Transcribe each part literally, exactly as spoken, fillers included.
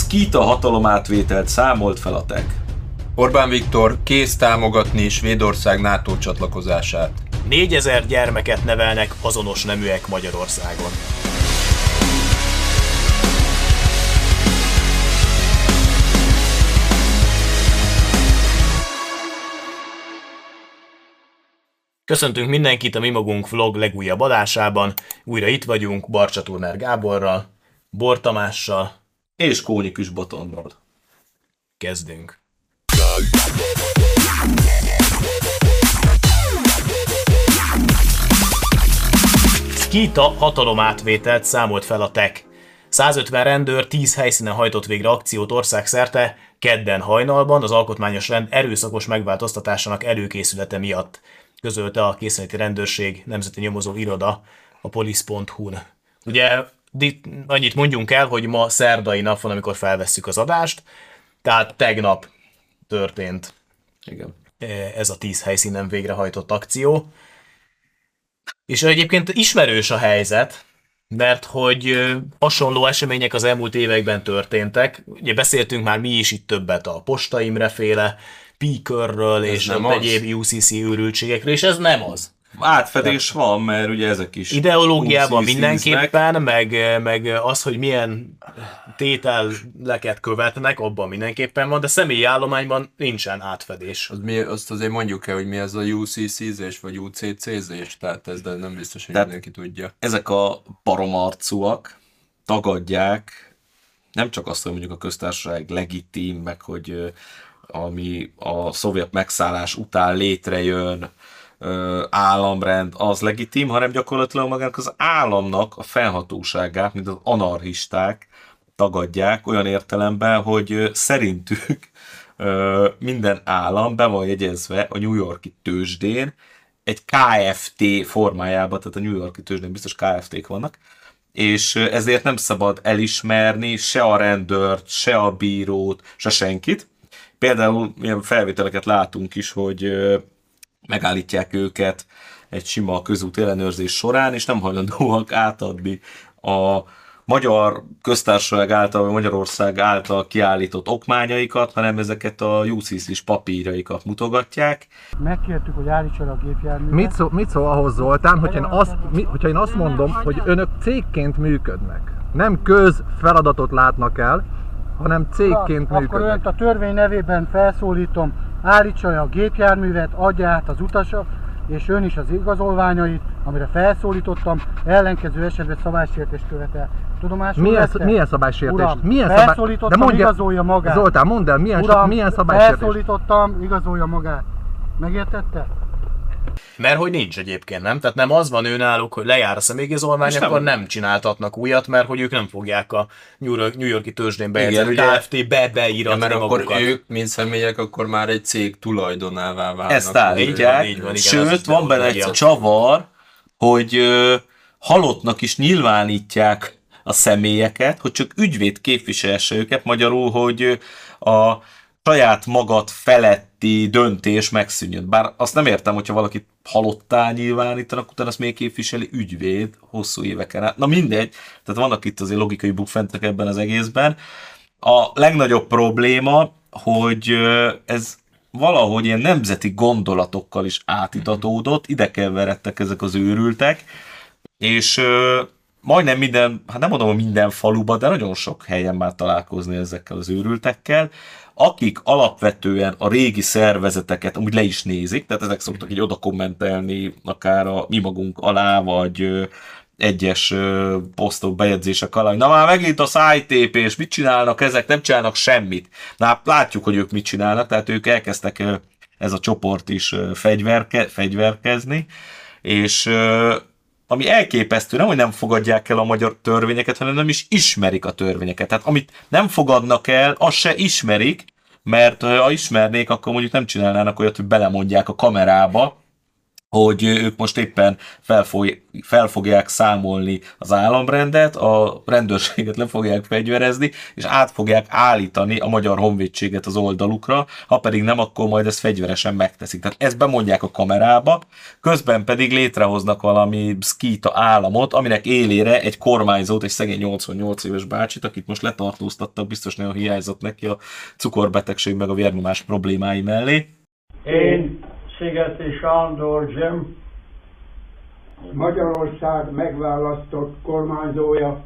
Szkíta hatalomátvételt számolt fel a té e ká. Orbán Viktor kész támogatni Svédország NATO csatlakozását. négyezer gyermeket nevelnek azonos neműek Magyarországon. Köszöntünk mindenkit a Mi Magunk vlog legújabb adásában. Újra itt vagyunk Barcsa Turner Gáborral, Bor Tamással és Kónyi Küs Botondral. Kezdünk. Szkíta hatalomátvételt számolt fel a té e ká. százötven rendőr tíz helyszínen hajtott végre akciót országszerte kedden hajnalban az alkotmányos rend erőszakos megváltoztatásának előkészülete miatt, közölte a Készenléti Rendőrség Nemzeti Nyomozó Iroda a polisz pont hu-n. Ugye annyit mondjunk el, hogy ma szerdai nap van, amikor felvesszük az adást, tehát tegnap történt Igen. ez a tíz helyszínen végrehajtott akció. És egyébként ismerős a helyzet, mert hogy hasonló események az elmúlt években történtek. Ugye beszéltünk már mi is itt többet a Posta Imre féle P-körről és egyéb u cé cé őrültségekről, és ez nem az. Átfedés van, mert ugye ezek is ideológiában mindenképpen, meg, meg az, hogy milyen tételeket követnek, abban mindenképpen van, de személyi állományban nincsen átfedés. Az mi, azt azért mondjuk el, hogy mi ez a u cé cé-zés, vagy u cé cé-zés, tehát ez de nem biztos, hogy tehát mindenki tudja. Ezek a baromarcúak tagadják nem csak azt, hogy mondjuk a köztársaság legitim, meg hogy ami a szovjet megszállás után létrejön, államrend az legitim, hanem gyakorlatilag magának az államnak a felhatóságát, mint az anarchisták tagadják olyan értelemben, hogy szerintük minden állam be van jegyezve a New York-i tőzsdén egy ká ef té formájában, tehát a New York-i tőzsdén biztos ká ef té-k vannak, és ezért nem szabad elismerni se a rendőrt, se a bírót, se senkit. Például ilyen felvételeket látunk is, hogy megállítják őket egy sima közút ellenőrzés során, és nem hajlandóak átadni a magyar köztársaság által, vagy Magyarország által kiállított okmányaikat, hanem ezeket a u cé cé-s papírjaikat mutogatják. Megkértük, hogy állítsa a gépjárművet. Mit szól, mit szól ahhoz, Zoltán, hogyha én, azt, mi, hogyha én azt mondom, hogy önök cégként működnek, nem közfeladatot látnak el, hanem cégként Na, működnek. Akkor önt a törvény nevében felszólítom, állítsa a gépjárművet, adja át az utasok, és ön is az igazolványait, amire felszólítottam, ellenkező esetben szabálysértést követel. Tudomásul Milyen, vette? milyen szabálysértés? Uram, milyen szabály... felszólítottam, De mondja, igazolja magát. Zoltán, mondd el, milyen, Uram, milyen szabálysértés? felszólítottam, igazolja magát. Megértette? Mert hogy nincs egyébként, nem? Tehát nem az van őnáluk, hogy lejár a személyigazolvány, nem. akkor nem csináltatnak újat, mert hogy ők nem fogják a New, York, New York-i tőzsdén bejegyzeni, hogy ugye- ká ef té be beíratni Ja, mert magukat. akkor ők, mint személyek, akkor már egy cég tulajdonává válnak. Ezt állítják, így van, igen, sőt, ez van benne egy ideológia. csavar, hogy ö, halottnak is nyilvánítják a személyeket, hogy csak ügyvéd képviselhesse őket, magyarul, hogy ö, a saját magad feletti döntés megszűnjön. Bár azt nem értem, hogyha valakit halottá nyilvánítanak, utána azt még képviseli ügyvéd hosszú éveken át. Na mindegy, tehát vannak itt azért logikai bukfentek ebben az egészben. A legnagyobb probléma, hogy ö, ez valahogy ilyen nemzeti gondolatokkal is átitatódott, ide keveredtek ezek az őrültek, és ö, majdnem minden, hát nem mondom, hogy minden faluban, de nagyon sok helyen már találkozni ezekkel az őrültekkel, akik alapvetően a régi szervezeteket amúgy le is nézik, tehát ezek szoktak így oda kommentelni akár a Mi Magunk alá, vagy ö, egyes ö, posztok, bejegyzések alá, hogy na már megint a szájtépés, mit csinálnak ezek, nem csinálnak semmit. Na hát látjuk, hogy ők mit csinálnak, tehát ők elkezdtek ö, ez a csoport is ö, fegyverke, fegyverkezni, és ö, ami elképesztő, nem, hogy nem fogadják el a magyar törvényeket, hanem nem is ismerik a törvényeket. Tehát amit nem fogadnak el, azt se ismerik, mert ha ismernék, akkor mondjuk nem csinálnának olyat, hogy belemondják a kamerába, hogy ők most éppen fel, fog, fel fogják számolni az államrendet, a rendőrséget le fogják fegyverezni, és át fogják állítani a magyar honvédséget az oldalukra, ha pedig nem, akkor majd ezt fegyveresen megteszik. Tehát ezt bemondják a kamerába, közben pedig létrehoznak valami szkíta államot, aminek élére egy kormányzót, egy szegény nyolcvannyolc éves bácsit, akit most letartóztattak, biztos nagyon hiányzott neki a cukorbetegség meg a vérnyomás problémái mellé. Én Szigeti Sándor Jim, Magyarország megválasztott kormányzója.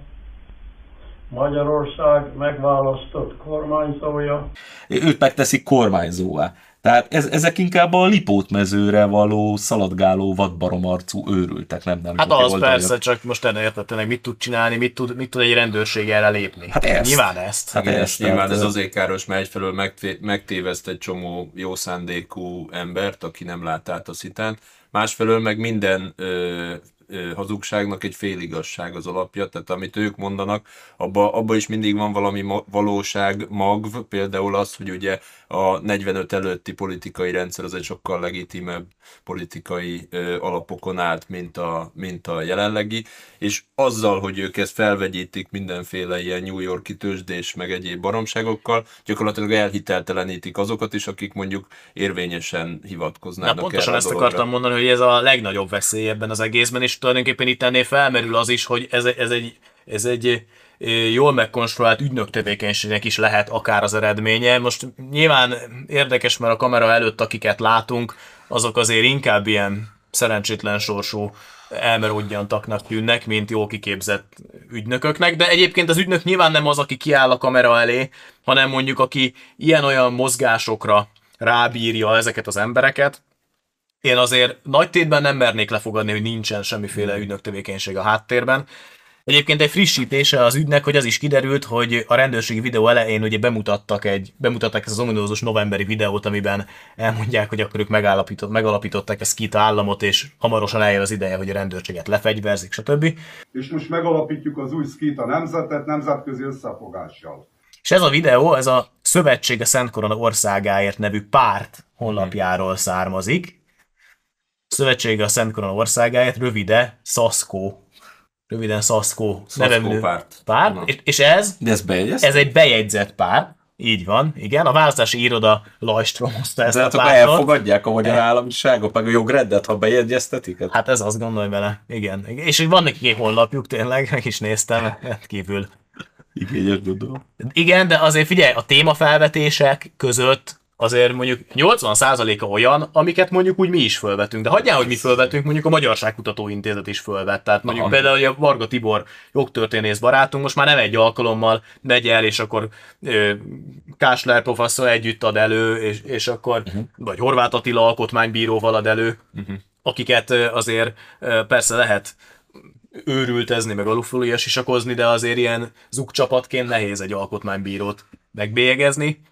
Magyarország megválasztott kormányzója. Őt megteszik kormányzóvá. Tehát ez, ezek inkább a Lipótmezőre való szaladgáló vadbaromarcú őrültek, nem nem. Hát az persze, csak most ennek értettenek, mit tud csinálni, mit tud, mit tud egy rendőrség erre lépni. Hát ezt. Nyilván ezt. Hát ezt, ezt, nyilván tehát, ez azért káros, mert egyfelől megté- megtéveszt egy csomó jó szándékú embert, aki nem lát át a szitán, másfelől meg minden ö, ö, hazugságnak egy féligasság az alapja, tehát amit ők mondanak, abba, abba is mindig van valami ma- valóság magv, például az, hogy ugye a negyvenöt előtti politikai rendszer az egy sokkal legitimebb politikai ö, alapokon állt, mint a, mint a jelenlegi, és azzal, hogy ők ezt felvegyítik mindenféle ilyen New York-i tőzsdés meg egyéb baromságokkal, gyakorlatilag elhiteltelenítik azokat is, akik mondjuk érvényesen hivatkoznának. Na pontosan erre ezt a dologra. akartam mondani, hogy ez a legnagyobb veszély ebben az egészben, és tulajdonképpen itt ennél felmerül az is, hogy ez, ez egy, ez egy jól megkonstruált ügynök tevékenységnek is lehet akár az eredménye. Most nyilván érdekes, mert a kamera előtt, akiket látunk, azok azért inkább ilyen szerencsétlen sorsú elmerodjantaknak tűnnek, mint jól kiképzett ügynököknek, de egyébként az ügynök nyilván nem az, aki kiáll a kamera elé, hanem mondjuk aki ilyen-olyan mozgásokra rábírja ezeket az embereket. Én azért nagy tétben nem mernék lefogadni, hogy nincsen semmiféle ügynök tevékenység a háttérben. Egyébként egy frissítése az ügynek, hogy az is kiderült, hogy a rendőrségi videó elején ugye bemutattak egy, bemutatták ezt az ominózus novemberi videót, amiben elmondják, hogy akkor ők megállapított, megalapították a szkíta államot, és hamarosan eljön az ideje, hogy a rendőrséget lefegyverzik, stb. És most megalapítjuk az új szkíta nemzetet nemzetközi összefogással. És ez a videó, ez a Szövetség a Szent Korona Országáért nevű párt honlapjáról származik. Szövetség a Szent Korona Országáért, rövide Szaszkó. Röviden Szaszkó nevemű párt. párt. És, és ez, De ez bejegyezték? ez egy bejegyzett párt. Így van, igen. A választási iroda lajstromozta ezt De a hát akkor pártot. elfogadják a magyar államiságot, meg a jogrendet, ha bejegyeztetik? Hát Hát ez azt gondolj vele. Igen. És hogy van nekik egy honlapjuk tényleg, meg is néztem, kívül. igényes gondolom. Igen, de azért figyelj, a témafelvetések között azért mondjuk nyolcvan százaléka olyan, amiket mondjuk úgy mi is fölvetünk. De hagyjál, hogy mi fölvetünk, mondjuk a Magyarságkutató Intézet is fölvett. Tehát mondjuk Aha. például a Varga Tibor jogtörténész barátunk most már nem egy alkalommal megy el, és akkor ö, Kásler professzor együtt ad elő, és, és akkor, uh-huh. vagy Horváth Attila alkotmánybíróval ad elő, uh-huh. akiket ö, azért ö, persze lehet őrültezni, meg alufóliás isakozni, de azért ilyen zugcsapatként nehéz egy alkotmánybírót megbélyegezni.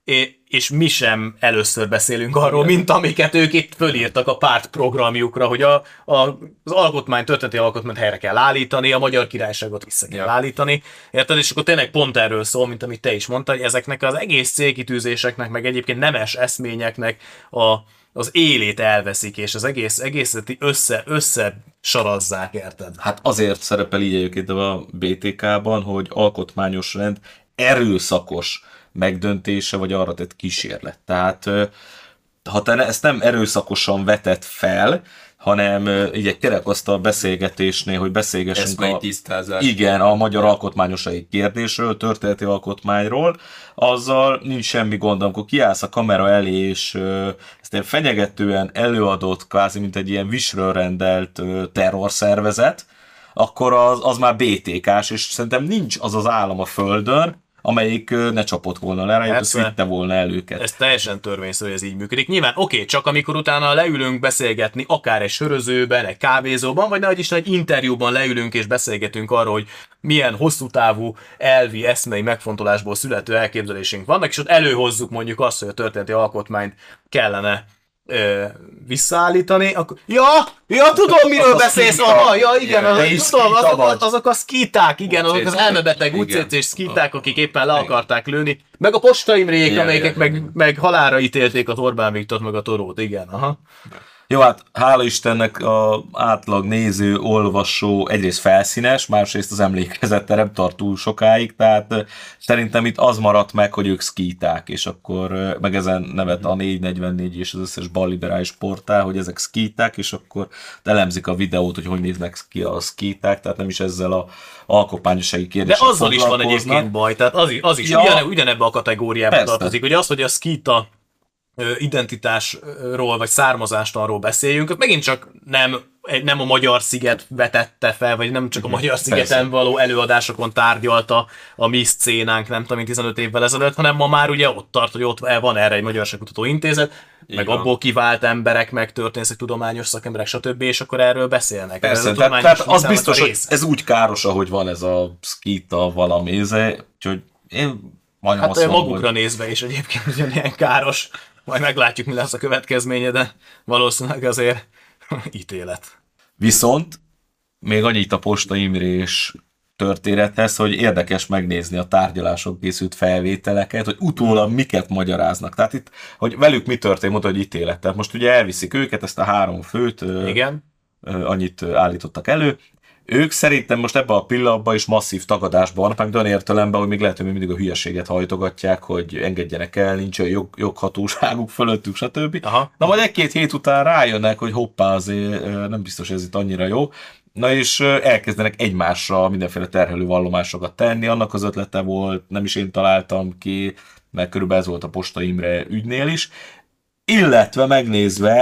És mi sem először beszélünk arról, mint amiket ők itt fölírtak a párt programjukra, hogy a, a, az alkotmány, történeti alkotmányt helyre kell állítani, a Magyar Királyságot vissza kell Ja. állítani. Érted? És akkor tényleg pont erről szól, mint amit te is mondtad, hogy ezeknek az egész célkitűzéseknek, meg egyébként nemes eszményeknek a, az élét elveszik, és az egész, egészet össze, össze sarazzák, érted? Hát azért szerepel így egyébként a bé té ká-ban, hogy alkotmányos rend erőszakos megdöntése, vagy arra tett kísérlet. Tehát ha te ezt nem erőszakosan vetett fel, hanem így egy kerekasztal beszélgetésnél, hogy beszélgessünk Eszmei a, tisztázás. igen, a magyar alkotmányosai kérdésről, történeti alkotmányról, azzal nincs semmi gond, amikor kiállsz a kamera elé, és ö, ezt ilyen fenyegetően előadott, kvázi mint egy ilyen visről rendelt ö, terrorszervezet, akkor az, az már bé té ká-s, és szerintem nincs az az állam a földön, amelyik ne csapott volna le rájuk, azt vitte volna el őket. Ez teljesen törvényszerű, hogy ez így működik. Nyilván oké, okay, csak amikor utána leülünk beszélgetni, akár egy sörözőben, egy kávézóban, vagy nehogy is egy interjúban leülünk és beszélgetünk arról, hogy milyen hosszú távú elvi, eszmei megfontolásból születő elképzelésünk vannak, és ott előhozzuk mondjuk azt, hogy a történeti alkotmányt kellene Ö, visszaállítani, akkor... Ja! Ja, tudom, miről beszélsz! Aha, ja, igen, az, is tudom, szkíta azok, vagy. azok a szkíták, igen, azok az Ucécés. elmebeteg Igen. ucécés szkíták, akik éppen le akarták lőni, meg a Posta Imrék, Igen, amelyek igen. meg, meg halálra ítélték az Orbán Viktort, meg a Torót, igen, aha. Jó, hát hála Istennek a átlag néző, olvasó egyrészt felszínes, másrészt az emlékezete nem tart túl sokáig, tehát szerintem itt az maradt meg, hogy ők szkíták, és akkor meg ezen nevet a négy negyvennégy és az összes balliberális portál, hogy ezek szkíták, és akkor elemzik a videót, hogy hogy néznek ki a szkíták, tehát nem is ezzel a alkotmányossági kérdéssel De azzal is van egyébként baj, tehát az, az is Ja. ugyan, ugyanebbe a kategóriába Persze. tartozik, hogy az, hogy a szkíta ö, identitásról vagy származástanról beszéljünk, megint csak nem, nem a Magyar Sziget vetette fel, vagy nem csak a Magyar Szigeten Persze. való előadásokon tárgyalta a mi szcénánk, nem tudom, mint tizenöt évvel ezelőtt, hanem ma már ugye ott tart, hogy ott van erre egy Magyarságkutató Intézet, Így meg van. abból kivált emberek, meg történészek, tudományos szakemberek, stb. És akkor erről beszélnek. Ez a Persze, tehát, tudományos tehát az vitának biztos, a hogy része. ez úgy káros, ahogy van ez a szkíta valaméze, úgyhogy én majdnem Hát azt mondom, magukra hogy nézve is egyébként ugyanilyen káros. Majd meglátjuk, mi lesz a következménye, de valószínűleg azért ítélet. viszont még annyit a Posta Imrés történethez, hogy érdekes megnézni a tárgyalások készült felvételeket, hogy utólag miket magyaráznak. Tehát itt, hogy velük mi történt, mondta, hogy ítélet. Tehát most ugye elviszik őket, ezt a három főt, ö, Igen. ö, annyit ö, állítottak elő. Ők szerintem most ebben a pillanatban is masszív tagadásban vannak, meg olyan értelemben, hogy még lehet, hogy még mindig a hülyeséget hajtogatják, hogy engedjenek el, nincs olyan jog, joghatóságuk fölöttük, stb. Aha. Na majd egy-két hét után rájönnek, hogy hoppá, azért ö, nem biztos, hogy ez itt annyira jó. Na és ö, elkezdenek egymásra mindenféle terhelő vallomásokat tenni. Annak az ötlete volt, nem is én találtam ki, mert körülbelül ez volt a Posta Imre ügynél is. Illetve megnézve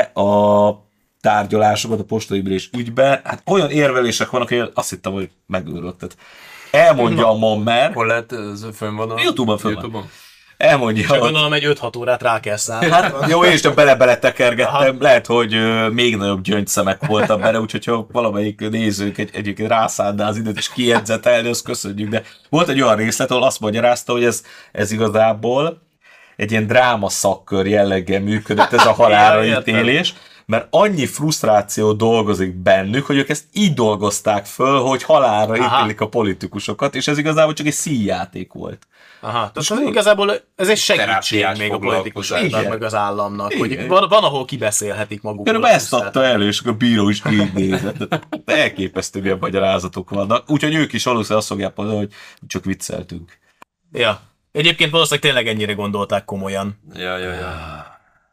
a tárgyalásokat a Posta Imrés ügyben, hát olyan érvelések vannak, hogy azt hittem, hogy megőrült. Tehát elmondja a Mammer, Hol lehet, ez fönn van a YouTube-on fönn van. YouTube-on? elmondja, Csak gondolom, egy öt-hat órát rá kell szállni. hát jó, én is csak bele-bele tekergettem, lehet, hogy ö, még nagyobb gyöngyszemek voltak bele, úgyhogy ha valamelyik nézők egy, egyébként rászánná az időt és kijegyzetelni, azt köszönjük, de volt egy olyan részlet, ahol azt magyarázta, hogy ez, ez igazából egy ilyen dráma szakkör jelleggel működött, ez a halálra Igen, értem. ítélés, mert annyi frusztráció dolgozik bennük, hogy ők ezt így dolgozták föl, hogy halálra Aha. ítélik a politikusokat, és ez igazából csak egy színjáték volt. Aha, tehát igazából ez egy segítség Terápiás még a politikusoknak, Igen. meg az államnak, Igen. hogy van, van, ahol kibeszélhetik magukat. Körülbelül ezt adta elő, és akkor a bíró is így nézett. Elképesztő milyen magyarázatok vannak. Úgyhogy ők is valószínűleg azt fogják mondani, hogy csak vicceltünk. Ja. Egyébként valószínűleg tényleg ennyire gondolták komolyan. Ja, ja, ja.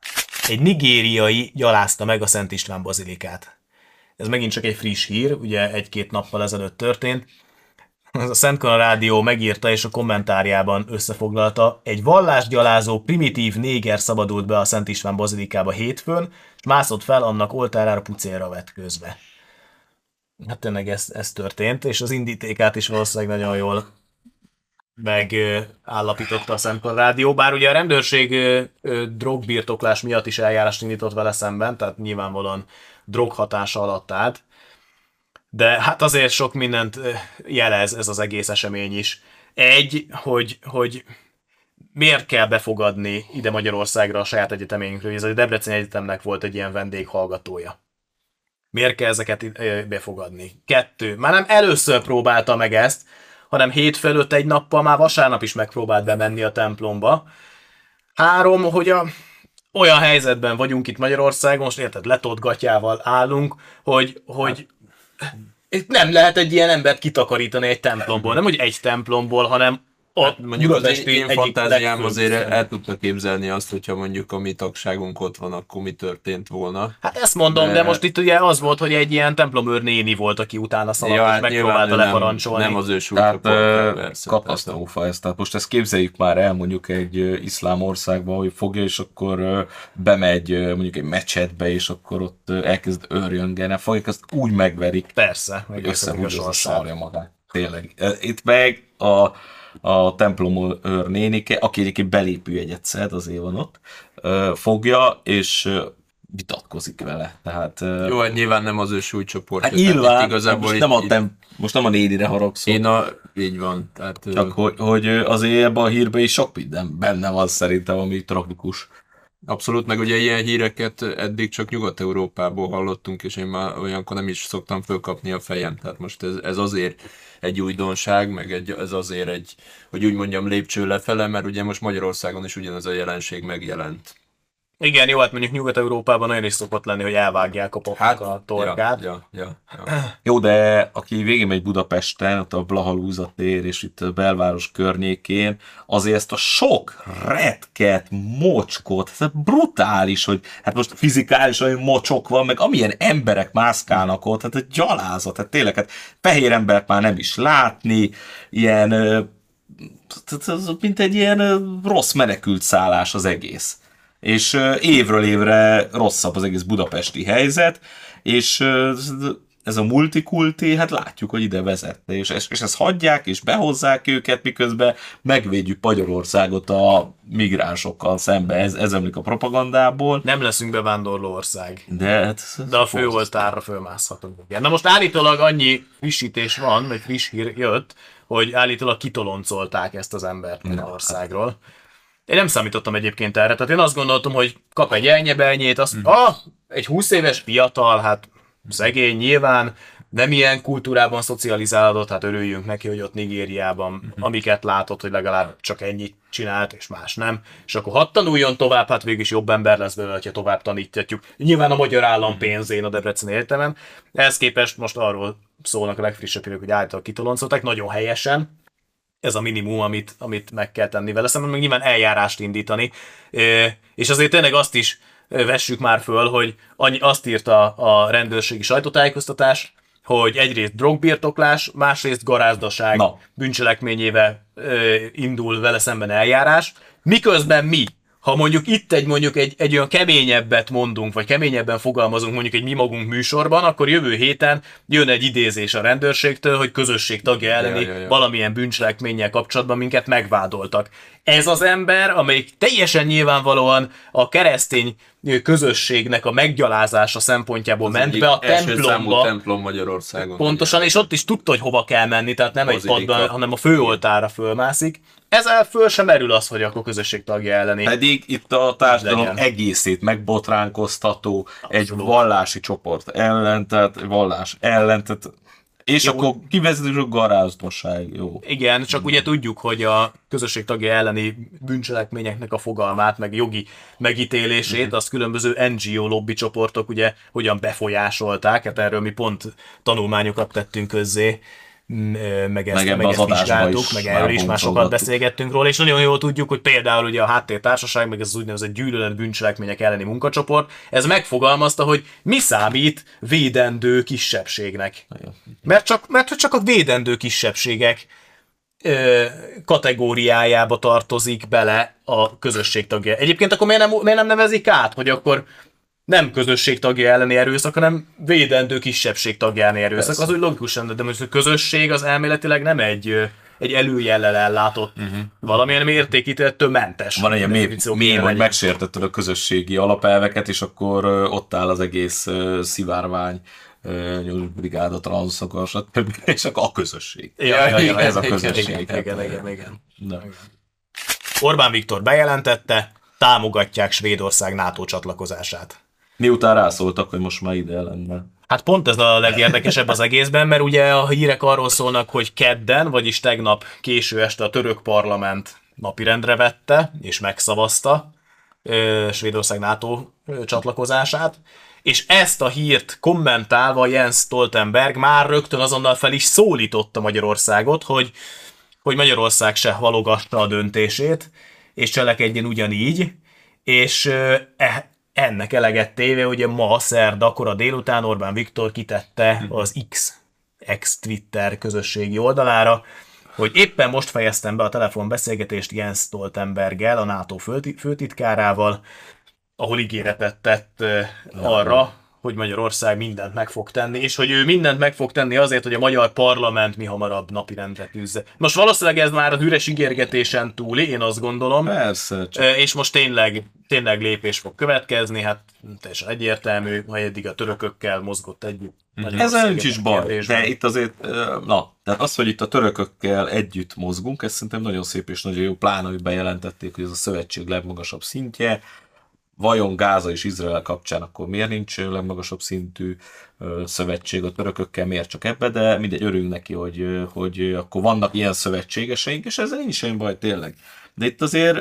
Egy nigériai gyalázta meg a Szent István bazilikát. Ez megint csak egy friss hír, ugye egy-két nappal ezelőtt történt. Ez a Szentkan Rádió megírta és a kommentárjában összefoglalta, egy vallásgyalázó primitív néger szabadult be a Szent István bazilikába hétfőn, és mászott fel annak oltárára pucérra vetközve. Hát tényleg ez, ez történt, és az indítékát is valószínűleg nagyon jól megállapította a Szentkan Rádió, bár ugye a rendőrség ö, ö, drogbirtoklás miatt is eljárást indított vele szemben, tehát nyilvánvalóan droghatása alatt állt, de hát azért sok mindent ö, jelez ez az egész esemény is. Egy, hogy, hogy miért kell befogadni ide Magyarországra a saját egyetemeinkről, ez a Debreceni Egyetemnek volt egy ilyen vendéghallgatója. Miért kell ezeket ö, befogadni? Kettő, már nem először próbálta meg ezt, hanem hétfő előtt egy nappal már vasárnap is megpróbált bemenni a templomba. Három, hogy a, olyan helyzetben vagyunk itt Magyarországon, most érted, letolt gatyával állunk, hogy, hogy itt nem lehet egy ilyen embert kitakarítani egy templomból. Nem, hogy egy templomból, hanem a Hát mondjuk az én, budapesti én egyik fantáziám legfőbb azért templom. el tudta képzelni azt, hogyha mondjuk a mi tagságunk ott van, akkor mi történt volna. Hát ezt mondom, de, De- most itt ugye az volt, hogy egy ilyen templomőr néni volt, aki utána szaladt, ja, és megpróbálta nyilván ő leparancsolni. Nem, nem az ő Tehát súlycsoportja, ö, persze. katasztrófa ez. Tehát most ezt képzeljük már el mondjuk egy ö, iszlám országban, hogy fogja, és akkor ö, bemegy ö, mondjuk egy mecsetbe, és akkor ott ö, elkezd őrjöngeni. Fogják, azt úgy megverik, Persze, hogy meg összehúgyozza szarja magát. Tényleg. Itt meg a, a templomőr nénike, aki egyébként belépőjegyet szed, azért van ott, ö, fogja, és ö, vitatkozik vele. Tehát, ö, Jó, hát nyilván nem az ő súlycsoportja. hát tehát nyilván, itt igazából most, itt, nem a itt, tem, most nem a nénire haragszom. én a, így van. Tehát, ö, Csak hogy, hogy azért ebben a hírben is sok minden benne van szerintem, ami tragikus. Abszolút, meg ugye ilyen híreket eddig csak Nyugat-Európából hallottunk, és én már olyankor nem is szoktam fölkapni a fejem. Tehát most ez, ez azért egy újdonság, meg egy, ez azért egy, hogy úgy mondjam, lépcső lefele, mert ugye most Magyarországon is ugyanez a jelenség megjelent. Igen, jó, hát mondjuk Nyugat-Európában olyan is szokott lenni, hogy elvágják a papnak hát, a torkát. Ja, ja, ja. Jó, de aki végigmegy Budapesten, ott a Blahalúza tér és itt a belváros környékén, azért ezt a sok retket, mocskot, ez brutális, hogy hát most fizikálisan mocsok van, meg amilyen emberek mászkálnak ott, hát egy gyalázat, hát tényleg, hát fehér embert már nem is látni, ilyen, mint egy ilyen rossz menekült szállás az egész. És évről évre rosszabb az egész budapesti helyzet, és ez a multikulti, hát látjuk, hogy ide vezet. És, és ezt hagyják, és behozzák őket, miközben megvédjük Magyarországot a migránsokkal szembe. Ez, ez emlik a propagandából. Nem leszünk bevándorló ország. De, hát, De a főoltárra fölmászhatunk. Na most állítólag annyi frissítés van, vagy friss hír jött, hogy állítólag kitoloncolták ezt az embert Magyarországról. Én nem számítottam egyébként erre, tehát én azt gondoltam, hogy kap egy elnyebelnyét, azt, mm. ah, egy húsz éves fiatal, hát szegény nyilván, nem ilyen kultúrában szocializálódott, hát örüljünk neki, hogy ott Nigériában, mm. amiket látott, hogy legalább csak ennyit csinált, és más nem. És akkor hadd tanuljon tovább, hát végül is jobb ember lesz belőle, ha tovább tanítjuk. Nyilván a magyar állam pénzén a Debreceni Egyetemen. Ehhez képest most arról szólnak a legfrissebb hírek, hogy által kitoloncolták, nagyon helyesen. Ez a minimum, amit, amit meg kell tenni vele, szemben meg nyilván eljárást indítani. És azért tényleg azt is vessük már föl, hogy annyi, azt írta a rendőrségi sajtótájékoztatás, hogy egyrészt drogbirtoklás, másrészt garázdaság no. bűncselekményével indul vele szemben eljárás, miközben mi, ha mondjuk itt egy mondjuk egy, egy olyan keményebbet mondunk, vagy keményebben fogalmazunk mondjuk egy mi magunk műsorban, akkor jövő héten jön egy idézés a rendőrségtől, hogy közösség tagja elleni ja, ja, ja. valamilyen bűncselekménnyel kapcsolatban minket megvádoltak. Ez az ember, amelyik teljesen nyilvánvalóan a keresztény közösségnek a meggyalázása szempontjából az ment be a templomba. templom Magyarországon. Pontosan, és ott is tudta, hogy hova kell menni, tehát nem egy padban, hanem a főoltárra fölmászik. Ezzel föl sem merül az, hogy akkor közösség tagja elleni. Pedig itt a társadalom egészét megbotránkoztató, egy vallási csoport ellen, tehát vallás ellen, tehát és jó, akkor kivezető a garázdaság, jó. Igen, csak ugye tudjuk, hogy a közösség tagja elleni bűncselekményeknek a fogalmát, meg jogi megítélését, mm-hmm. azt különböző en gé o lobby csoportok ugye hogyan befolyásolták, hát erről mi pont tanulmányokat tettünk közzé, meg ezt, meg meg ezt vizsgáltuk, meg erről is már sokat beszélgettünk róla, és nagyon jól tudjuk, hogy például ugye a Háttértársaság, meg ez az úgynevezett gyűlölet bűncselekmények elleni munkacsoport, ez megfogalmazta, hogy mi számít védendő kisebbségnek. Mert csak, mert csak a védendő kisebbségek ö, kategóriájába tartozik bele a közösség tagja. Egyébként akkor miért nem, miért nem nevezik át, hogy akkor nem közösség tagja elleni erőszak, hanem védendő kisebbség tagja elleni erőszak. Persze. Az úgy logikus lenne, de most a közösség az elméletileg nem egy, egy előjellel ellátott uh-huh. valamilyen mértékítettől mentes. Van egy ilyen mém, hogy megsértetted a közösségi alapelveket, és akkor ott áll az egész szivárvány, brigád, a transzok, és akkor a közösség. Ja, ja, ja, ez a közösség. Igen, igen, igen, igen, igen. igen. Orbán Viktor bejelentette, támogatják Svédország NATO csatlakozását. Miután rászóltak, hogy most már ide lenne. Hát pont ez a legérdekesebb az egészben, mert ugye a hírek arról szólnak, hogy kedden, vagyis tegnap késő este a török parlament napirendre vette, és megszavazta Svédország NATO csatlakozását, és ezt a hírt kommentálva Jens Stoltenberg már rögtön azonnal fel is szólította Magyarországot, hogy, hogy Magyarország se halogassa a döntését, és cselekedjen ugyanígy, és e, ennek eleget téve, ugye ma szerda, kora délután Orbán Viktor kitette az X, ex-Twitter közösségi oldalára, hogy éppen most fejeztem be a telefonbeszélgetést Jens Stoltenberggel, a NATO főtitkárával, ahol ígéretet tett arra, hogy Magyarország mindent meg fog tenni, és hogy ő mindent meg fog tenni azért, hogy a magyar parlament mi hamarabb napirendre tűzze. Most valószínűleg ez már az üres ígérgetésen túli, én azt gondolom. Persze. Csak... És most tényleg, tényleg lépés fog következni, hát teljesen egyértelmű, ha eddig a törökökkel mozgott együtt. Ezzel nincs is baj, de itt azért, na, tehát az, hogy itt a törökökkel együtt mozgunk, ez szerintem nagyon szép és nagyon jó, pláne, hogy bejelentették, hogy ez a szövetség legmagasabb szintje. Vajon Gáza és Izrael kapcsán akkor miért nincs legmagasabb szintű ö, szövetség a törökökkel, miért csak ebbe, de mindegy, örülünk neki, hogy, hogy akkor vannak ilyen szövetségeseink, és ezzel nincs semmi baj tényleg. De itt azért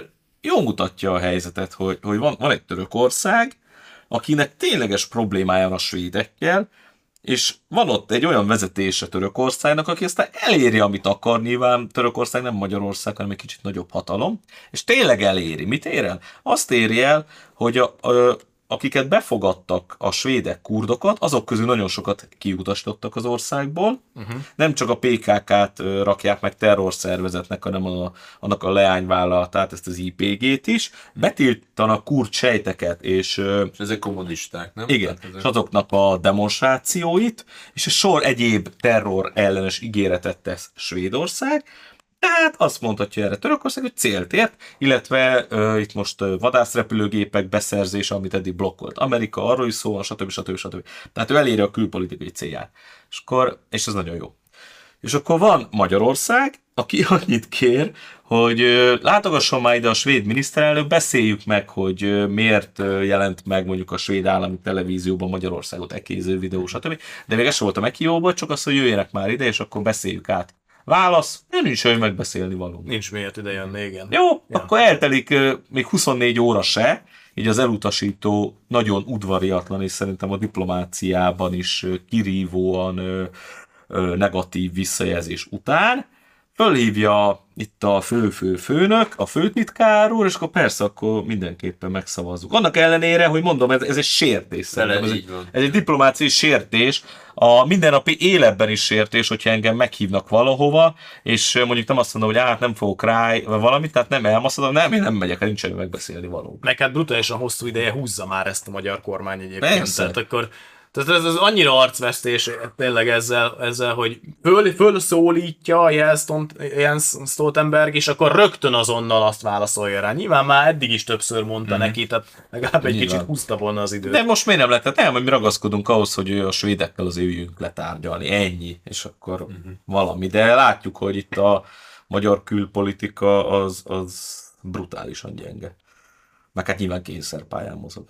jól mutatja a helyzetet, hogy, hogy van, van egy Törökország, akinek tényleges problémája van a svédekkel, és van ott egy olyan vezetése Törökországnak, aki aztán eléri, amit akar. Nyilván Törökország nem Magyarország, hanem egy kicsit nagyobb hatalom, és tényleg eléri. Mit ér el? Azt éri el, hogy a, a, akiket befogadtak a svédek kurdokat, azok közül nagyon sokat kiutasítottak az országból. Uh-huh. Nem csak a pé ká ká-t rakják meg terrorszervezetnek, hanem a, annak a leányvállalatát, ezt az i pé gé-t is. Betiltanak kurd sejteket, és... és ezek kommunisták, nem? Igen, ezek... és azoknak a demonstrációit, és egy sor egyéb terror ellenes ígéretet tesz Svédország. Tehát azt mondhatja erre Törökország, hogy célt ért, illetve uh, itt most uh, vadászrepülőgépek beszerzése, amit eddig blokkolt Amerika, arról is szó van, stb. stb. stb. Tehát ő eléri a külpolitikai célját. És, akkor, és ez nagyon jó. És akkor van Magyarország, aki annyit kér, hogy uh, látogasson már ide a svéd miniszterelnök, beszéljük meg, hogy uh, miért uh, jelent meg mondjuk a svéd állami televízióban Magyarországot ekéző videó, stb. De még ez sem volt a meghívóban, csak az, hogy jöjjenek már ide, és akkor beszéljük át. Válasz, nem nincs olyan megbeszélni való. Nincs miért ide jönni, igen. Jó, ja. Akkor eltelik uh, még huszonnégy óra se, így az elutasító nagyon udvariatlan, és szerintem a diplomáciában is uh, kirívóan uh, uh, negatív visszajelzés után. Fölhívja itt a fő-fő-főnök, a főtitkár úr, és akkor persze, akkor mindenképpen megszavazzuk. Annak ellenére, hogy mondom, ez, ez egy sértés. Ez egy, ez egy diplomáciai sértés. A mindennapi életben is sértés, hogyha engem meghívnak valahova, és mondjuk nem azt mondom, hogy hát nem fogok rá, vagy valamit, tehát nem elmaszadom, nem, én nem megyek, nincsen megbeszélni való. Meg hát brutálisan hosszú ideje húzza már ezt a magyar kormány egyébként. Persze. Tehát akkor Tehát ez, ez annyira arcvesztés tényleg ezzel, ezzel hogy föl, fölszólítja Jens, Jens Stoltenberg, és akkor rögtön azonnal azt válaszolja rá. Nyilván már eddig is többször mondta mm-hmm. neki, tehát legalább egy Nyilván. kicsit húzta volna az időt. De most miért nem lett? Tehát nem, mi ragaszkodunk ahhoz, hogy a svédekkel az üljünk letárgyalni. Ennyi. És akkor mm-hmm. valami. De látjuk, hogy itt a magyar külpolitika az, az brutálisan gyenge. Meg hát nyilván kényszerpályán mozog.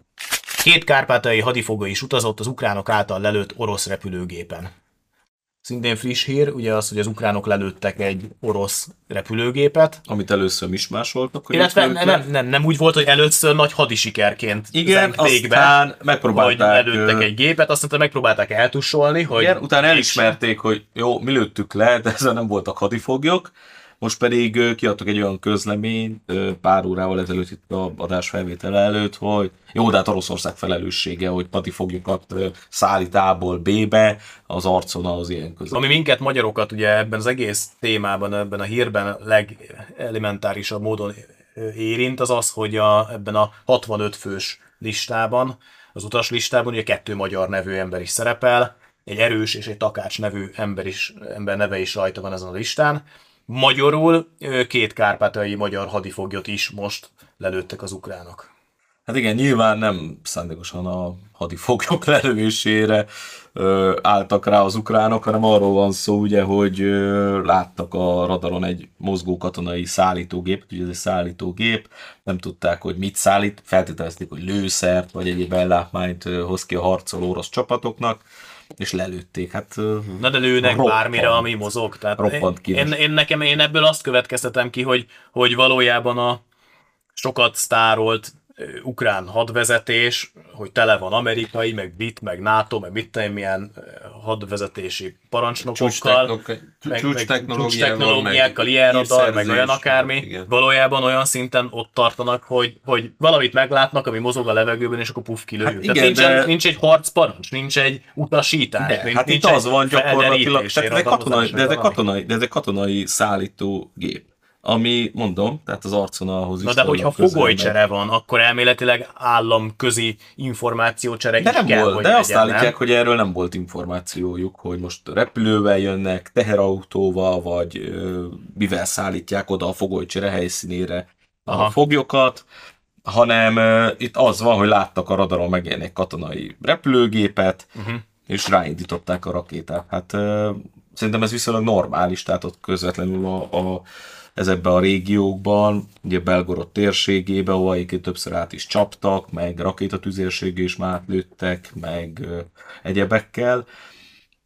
Két kárpátaljai hadifogó is utazott az ukránok által lelőtt orosz repülőgépen. Szintén friss hír, ugye az, hogy az ukránok lelőttek egy orosz repülőgépet. Amit először mismásoltak. Illetve nem, nem, nem, nem úgy volt, hogy először nagy hadisikerként igen, aztán megpróbálták... Hogy lelőttek egy gépet, aztán megpróbálták eltussolni, hogy... Igen, utána elismerték, hogy jó, mi lőttük le, de ezzel nem voltak hadifoglyok. Most pedig kiadtak egy olyan közleményt pár órával ezelőtt itt a adásfelvétel előtt, hogy jó, de hát Oroszország felelőssége, hogy patifoglyokat szállít A-ból B-be, az arcon az ilyen közlemény. Ami minket, magyarokat ugye ebben az egész témában, ebben a hírben legelementárisabb módon érint, az az, hogy a, ebben a hatvanöt fős listában, az utas listában ugye kettő magyar nevű ember is szerepel, egy Erős és egy Takács nevű ember, is, ember neve is rajta van ezen a listán. Magyarul két kárpátaljai magyar hadifoglyot is most lelőttek az ukránok. Hát igen, nyilván nem szándékosan a hadifoglyok lelövésére ö, álltak rá az ukránok, hanem arról van szó, ugye, hogy ö, láttak a radaron egy mozgó katonai szállítógépet, ugye ez egy szállítógép, nem tudták, hogy mit szállít, feltételezték, hogy lőszert vagy egyéb ellátmányt ö, hoz ki a harcoló orosz csapatoknak, és lelőtték. Hát, na de lőnek roppant, bármire, ami mozog. Tehát roppant én, én, nekem, én ebből azt következtetem ki, hogy, hogy valójában a sokat sztárolt ukrán hadvezetés, hogy tele van amerikai, meg brit, meg NATO, meg mit tudom, milyen hadvezetési parancsnokokkal, meg csúcstechnológiákkal, ilyen radar, meg olyan akármi. Igen. Valójában olyan szinten ott tartanak, hogy, hogy valamit meglátnak, ami mozog a levegőben, és akkor puff, kilőjük. Hát igen, nincsen, de... nincs egy harcparancs, nincs egy utasítás. De, nincs, hát nincs itt az van gyakorlatilag, tehát ez egy katonai, de ez egy katonai, de ez egy katonai szállítógép. Ami, mondom, tehát az arcvonalhoz is. Na de hogyha fogolycsere van, akkor elméletileg államközi információcsere is nem kell, volt, hogy de legyen, azt állítják, nem? hogy erről nem volt információjuk, hogy most repülővel jönnek, teherautóval, vagy ö, mivel szállítják oda a fogolycsere helyszínére Aha. a foglyokat, hanem ö, itt az van, hogy láttak a radaron megjelenni egy katonai repülőgépet, uh-huh. és ráindították a rakétát. Hát ö, szerintem ez viszonylag normális, tehát ott közvetlenül a, a ezekben a régiókban, ugye Belgorod térségében, ahol egyébként többször át is csaptak, meg rakétatüzérséggel is már lőttek, meg ö, egyebekkel.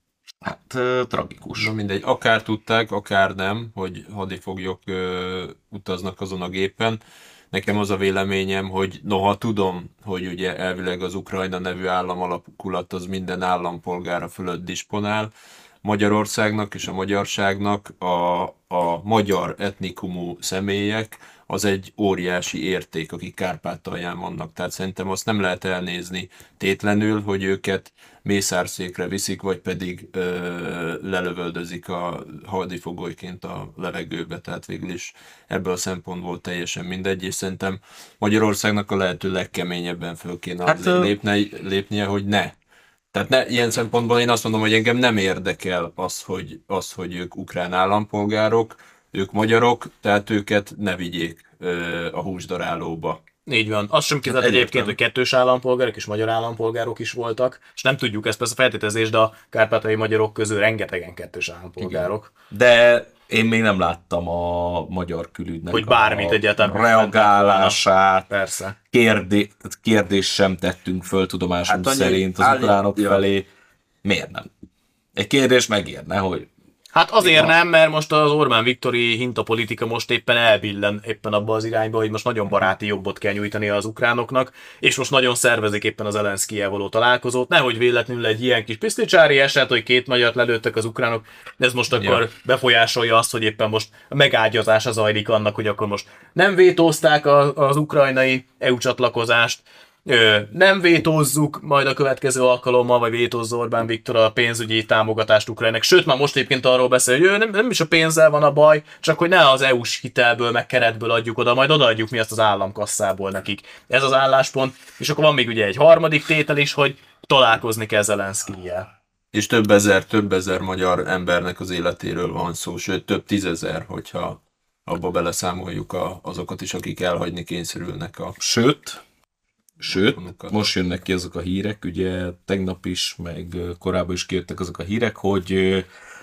Hát ö, tragikus. Na mindegy, akár tudták, akár nem, hogy hadifoglyok ö, utaznak azon a gépen. Nekem az a véleményem, hogy noha tudom, hogy ugye elvileg az Ukrajna nevű államalakulat az minden állampolgára fölött disponál, Magyarországnak és a magyarságnak a, a magyar etnikumú személyek az egy óriási érték, akik Kárpátalján vannak. Tehát szerintem azt nem lehet elnézni tétlenül, hogy őket mészárszékre viszik, vagy pedig ö, lelövöldözik a hadifogolyként a levegőbe. Tehát végül is ebből a szempontból teljesen mindegy, és szerintem Magyarországnak a lehető legkeményebben föl kéne Hát, azért lépne, lépnie, hogy ne. Tehát ne, ilyen szempontból én azt mondom, hogy engem nem érdekel az, hogy, az, hogy ők ukrán állampolgárok, ők magyarok, tehát őket ne vigyék ö, a húsdarálóba. Így van. Azt sem kizárt Hát egyébként, hogy kettős állampolgárok és magyar állampolgárok is voltak, és nem tudjuk, ez persze feltételezés, de a kárpátaljai magyarok közül rengetegen kettős állampolgárok. De én még nem láttam a magyar külügynek Hogy bármit a egyáltalán reagálását. Persze. Kérdé, kérdést sem tettünk föl tudomásunk Hát annyi- szerint az állít- ukránok ja. felé. Miért nem? Egy kérdés megérne, hogy Hát azért nem, mert most az Orbán Viktori hintapolitika most éppen elbillen éppen abba az irányba, hogy most nagyon baráti jobbot kell nyújtani az ukránoknak, és most nagyon szervezik éppen az Zelenszkijjel való találkozót. Nehogy véletlenül egy ilyen kis piszlicsári eset, hogy két magyart lelőttek az ukránok, de ez most akkor Ja. befolyásolja azt, hogy éppen most a megágyazása zajlik annak, hogy akkor most nem vétózták a- az ukrajnai é u csatlakozást, Ö, nem vétózzuk majd a következő alkalommal, vagy vétózza Orbán Viktor a pénzügyi támogatást Ukrajnának. Sőt, már most egyébként arról beszél, hogy ő nem, nem is a pénzzel van a baj, csak hogy ne az é u-s hitelből, meg keretből adjuk oda, majd odaadjuk mi azt az államkasszából nekik. Ez az álláspont, és akkor van még ugye egy harmadik tétel is, hogy találkozni kell Zelenszkijjel. És több ezer, több ezer magyar embernek az életéről van szó, sőt több tízezer, hogyha abba beleszámoljuk a, azokat is, akik elhagyni kényszerülnek a... sőt, Sőt, Otthonukat. most jönnek ki azok a hírek, ugye tegnap is, meg ö, korábban is kijöttek azok a hírek, hogy ö,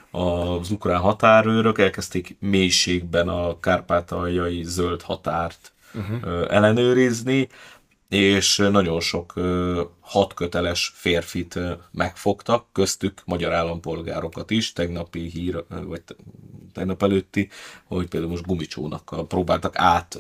az ukrán határőrök elkezdték mélységben a kárpátaljai zöld határt uh-huh. ellenőrizni, és ö, nagyon sok ö, hatköteles férfit ö, megfogtak, köztük magyar állampolgárokat is, tegnapi hír, ö, vagy te- tegnap előtti, hogy például most gumicsónakkal próbáltak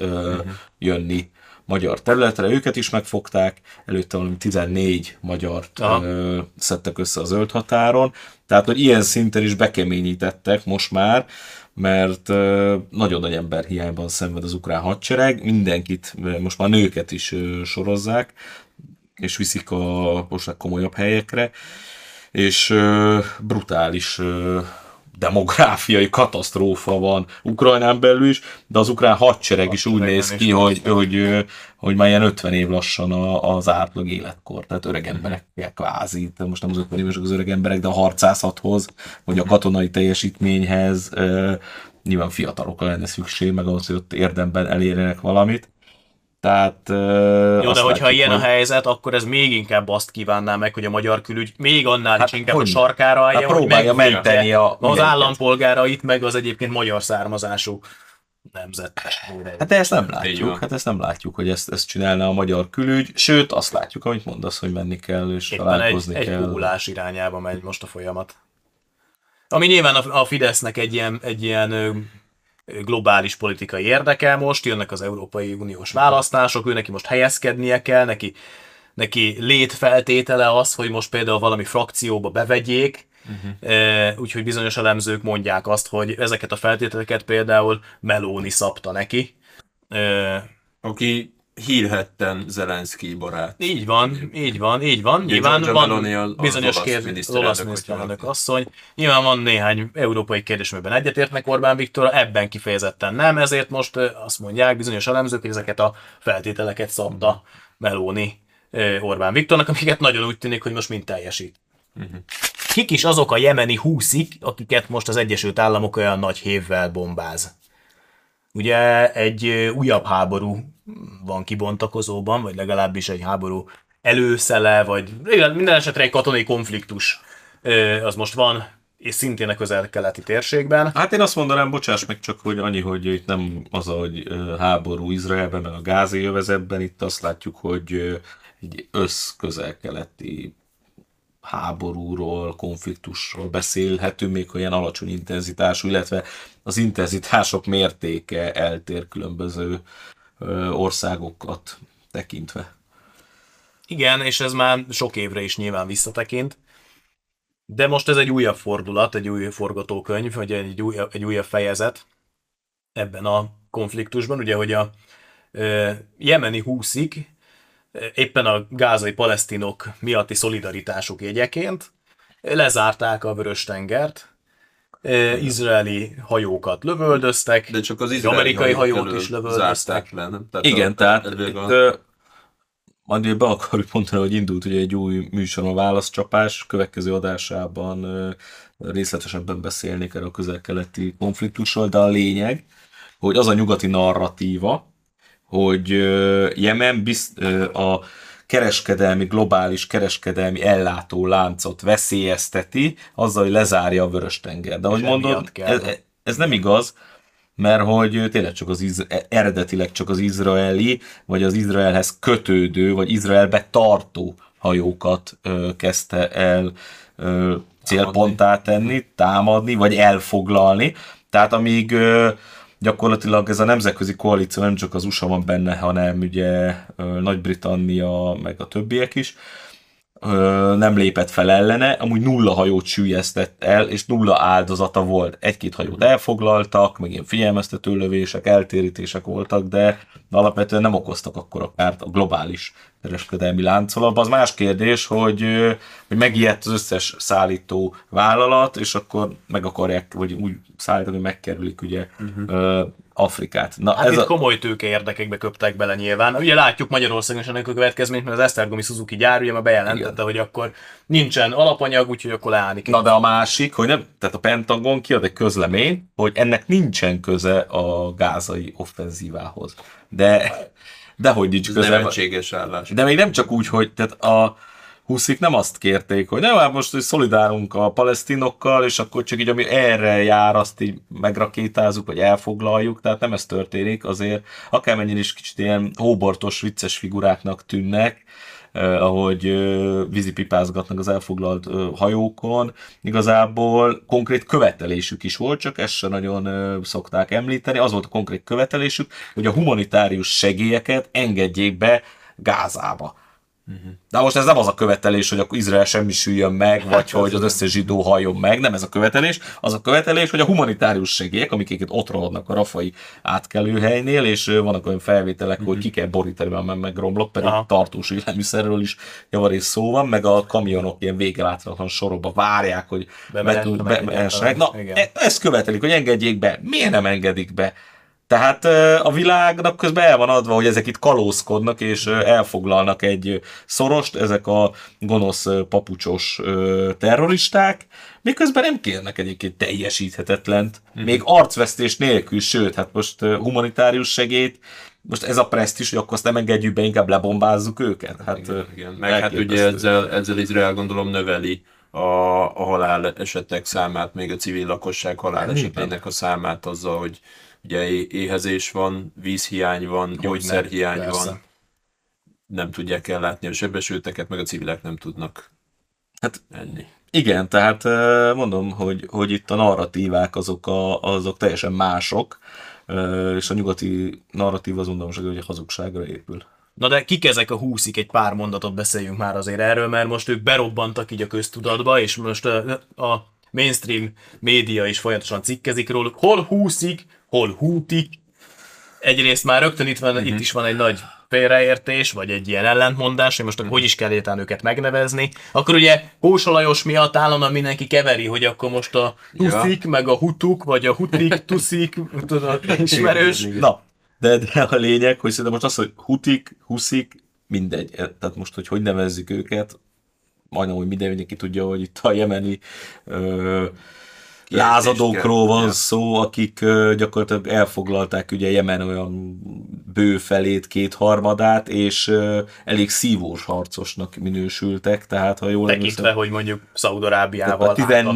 átjönni uh-huh. magyar területre, őket is megfogták, előtte valami tizennégy magyart ö, szedtek össze a zöld határon, tehát hogy ilyen szinten is bekeményítettek most már, mert ö, nagyon nagy emberhiányban szenved az ukrán hadsereg, mindenkit, most már nőket is ö, sorozzák, és viszik a most már komolyabb helyekre, és ö, brutális ö, demográfiai katasztrófa van Ukrajnán belül is, de az ukrán hadsereg is úgy néz ki, hogy, hogy, hogy már ilyen ötven év lassan az átlag életkor, tehát öreg emberek kvázi, tehát most nem az ötven évesek az öreg emberek, de a harcászathoz, vagy a katonai teljesítményhez nyilván fiatalokra lenne szükség, meg ahhoz, hogy ott érdemben elérjenek valamit. Tehát, Jó, de hogyha ilyen hogy... a helyzet, akkor ez még inkább azt kívánná meg, hogy a magyar külügy még annál hát, is inkább hogy? a sarkára állja, hát próbálja menteni a, az állampolgárait, meg az egyébként magyar származású nemzetestvéreit. Hát de ezt nem látjuk, hát ezt nem látjuk, hogy ezt, ezt csinálna a magyar külügy, sőt azt látjuk, amit mondasz, hogy menni kell és éppen találkozni egy, kell. egy kúlás irányába megy most a folyamat. Ami nyilván a, a Fidesznek egy ilyen, egy ilyen globális politikai érdeke most, jönnek az Európai Uniós választások, ő neki most helyezkednie kell, neki, neki létfeltétele az, hogy most például valami frakcióba bevegyék, uh-huh. úgyhogy bizonyos elemzők mondják azt, hogy ezeket a feltételeket például Meloni szabta neki. Aki hírhetten Zelenszkij barát. Így van, így van, így van. Nyilván van bizonyos kérdés, az olasz miniszterelnök asszony. Nyilván van néhány európai kérdés, amiben egyetértnek Orbán Viktor, ebben kifejezetten nem, ezért most azt mondják bizonyos elemzők, hogy ezeket a feltételeket szabta Meloni Orbán Viktornak, amiket nagyon úgy tűnik, hogy most mind teljesít. Uh-huh. Kik is azok a jemeni húszik, akiket most az Egyesült Államok olyan nagy hévvel bombáz? Ugye egy újabb háború van kibontakozóban, vagy legalábbis egy háború előszele, vagy minden esetre egy katonai konfliktus az most van, és szintén a közel-keleti térségben. Hát én azt mondanám, bocsáss meg csak, hogy annyi, hogy itt nem az, hogy háború Izraelben, meg a Gázai övezetben, itt azt látjuk, hogy egy össz-közel-keleti háborúról, konfliktusról beszélhetünk, még olyan alacsony intenzitású, illetve az intenzitások mértéke eltér különböző országokat tekintve. Igen, és ez már sok évre is nyilván visszatekint. De most ez egy újabb fordulat, egy új forgatókönyv, vagy egy, új, egy újabb fejezet ebben a konfliktusban. Ugye, hogy a e, jemeni húszik éppen a gázai palesztinok miatti szolidaritásuk jegyeként lezárták a Vörös-tengert, e, izraeli hajókat lövöldöztek, de csak az izraeli amerikai hajót is lövöldöztek. Le, nem? Tehát igen, a, tehát a, itt, a... majd be akarjuk mondani, hogy indult ugye egy új műsor, a Válaszcsapás, következő adásában részletesebben beszélnék erről a közel-keleti konfliktusról, de a lényeg, hogy az a nyugati narratíva, hogy Jemen bizt, a kereskedelmi, globális kereskedelmi ellátó láncot veszélyezteti, azzal, hogy lezárja a Vörös-tenger. De ahogy mondod, ez, ez nem igaz, mert hogy tényleg csak az iz, eredetileg csak az izraeli, vagy az Izraelhez kötődő, vagy Izraelbe tartó hajókat ö, kezdte el ö, célponttá tenni, támadni, vagy elfoglalni. Tehát amíg ö, gyakorlatilag ez a nemzetközi koalíció nem csak az u es á van benne, hanem ugye ö, Nagy-Britannia, meg a többiek is, ö, nem lépett fel ellene, amúgy nulla hajót süllyesztett el, és nulla áldozata volt. Egy-két hajót elfoglaltak, meg ilyen figyelmeztető lövések, eltérítések voltak, de alapvetően nem okoztak akkora kárt a globális kereskedelmi láncolatban. Az más kérdés, hogy, hogy megijedt az összes szállító vállalat, és akkor meg akarják, vagy úgy szállítani, hogy megkerülik ugye uh-huh. Afrikát. Na, hát ez itt a... komoly tőke érdekekbe köptek bele nyilván. Ugye látjuk Magyarországon is ennek a következményt, mert az Esztergomi Suzuki gyár ugye már bejelentette, igen, hogy akkor nincsen alapanyag, úgyhogy akkor leállni kell. Na de a másik, hogy nem, tehát a Pentagon kiad egy közlemény, hogy ennek nincsen köze a gázai offenzívához. De, de hogy nincs ez köze. nevetséges állás. De még nem csak úgy, hogy tehát a huszik nem azt kérték, hogy nem, hát most hogy szolidárunk a palesztinokkal, és akkor csak így, ami erre jár, azt így megrakétázzuk, vagy elfoglaljuk, tehát nem ez történik, azért akármennyire is kicsit ilyen hóbortos, vicces figuráknak tűnnek, eh, ahogy eh, vízipipázgatnak az elfoglalt eh, hajókon, igazából konkrét követelésük is volt, csak ezt sem nagyon eh, szokták említeni, az volt a konkrét követelésük, hogy a humanitárius segélyeket engedjék be Gázába. De most ez nem az a követelés, hogy akkor Izrael semmisüljön meg, vagy hát, hogy az összes zsidó halljon meg, nem ez a követelés. Az a követelés, hogy a humanitárius segélyek, amik ott rohadnak a rafai átkelőhelynél, és vannak olyan felvételek, uh-huh. hogy ki kell borítani, mert megromlott, pedig aha. tartós élelmiszerről is javarészt szó van, meg a kamionok ilyen végeláthatatlan sorokba várják, hogy bemenjenek. Na, ezt követelik, hogy engedjék be. Miért nem engedik be? Tehát a világnak közben el van adva, hogy ezek itt kalózkodnak és elfoglalnak egy szorost, ezek a gonosz papucsos terroristák, miközben nem kérnek egyébként teljesíthetetlent, mm-hmm. még arcvesztés nélkül, sőt, hát most humanitárius segélyt, most ez a presztis, hogy akkor azt nem engedjük be, inkább lebombázzuk őket. Hát, igen, igen. Meg hát ugye ezzel, ezzel Izrael gondolom növeli a, a halálesetek számát, még a civil lakosság halálesetének a számát azzal, hogy ugye éhezés van, vízhiány van, gyógyszerhiány nem, van, nem tudják ellátni a sebesülteket, meg a civilek nem tudnak hát, enni. Igen, tehát mondom, hogy, hogy itt a narratívák azok, a, azok teljesen mások, és a nyugati narratív az mondom, hogy a hazugságra épül. Na de kik ezek a húszik, egy pár mondatot beszéljünk már azért erről, mert most ők berobbantak így a köztudatba, és most a, a mainstream média is folyamatosan cikkezik róluk, hol húszik, hol hútik. Egyrészt már rögtön itt, van, uh-huh. itt is van egy nagy félreértés, vagy egy ilyen ellentmondás, hogy most uh-huh. hogy is kell értán őket megnevezni. Akkor ugye Kósa Lajos miatt állandóan mindenki keveri, hogy akkor most a huszik, ja. meg a hutuk, vagy a hutik, tuszik, tudod, ismerős. Na, de, de a lényeg, hogy szerintem most az, hogy hutik, huszik, mindegy. Tehát most, hogy hogy nevezzük őket, majdnem, hogy minden, mindenki tudja, hogy itt a jemeni ö, lázadókról van szó, akik uh, gyakorlatilag elfoglalták ugye Jemen olyan bő felét, kétharmadát, és uh, elég szívós harcosnak minősültek, tehát ha jól tekintve, emlékszem, hogy mondjuk Szaúd-Arábiával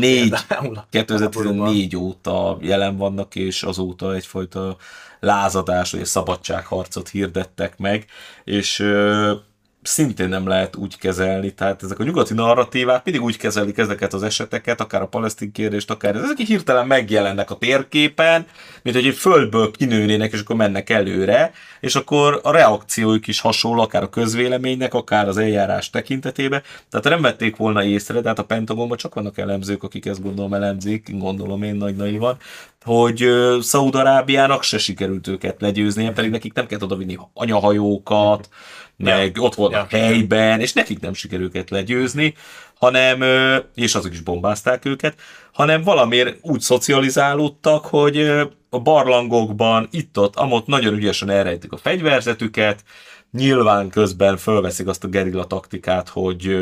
kétezer-tizennégy óta jelen vannak, és azóta egyfajta lázadás, vagy szabadságharcot hirdettek meg, és uh, szintén nem lehet úgy kezelni. Tehát ezek a nyugati narratívák mindig úgy kezelik ezeket az eseteket, akár a palesztin kérdést, akár ezek hirtelen megjelennek a térképen, mint hogy egy földből kinőnének, és akkor mennek előre, és akkor a reakcióik is hasonló, akár a közvéleménynek, akár az eljárás tekintetében. Tehát nem vették volna észre, de hát a Pentagonban csak vannak elemzők, akik ezt gondolom elemzik, gondolom én nagy naivan, hogy Szaúd-Arábiának se sikerült őket legyőzni, pedig nekik nem kellett odavinni anyahajókat, meg ott voltak ja. helyben, és nekik nem sikerült őket legyőzni, hanem, és azok is bombázták őket, hanem valamiért úgy szocializálódtak, hogy a barlangokban, itt-ott, amott nagyon ügyesen elrejtik a fegyverzetüket, nyilván közben fölveszik azt a gerilla taktikát, hogy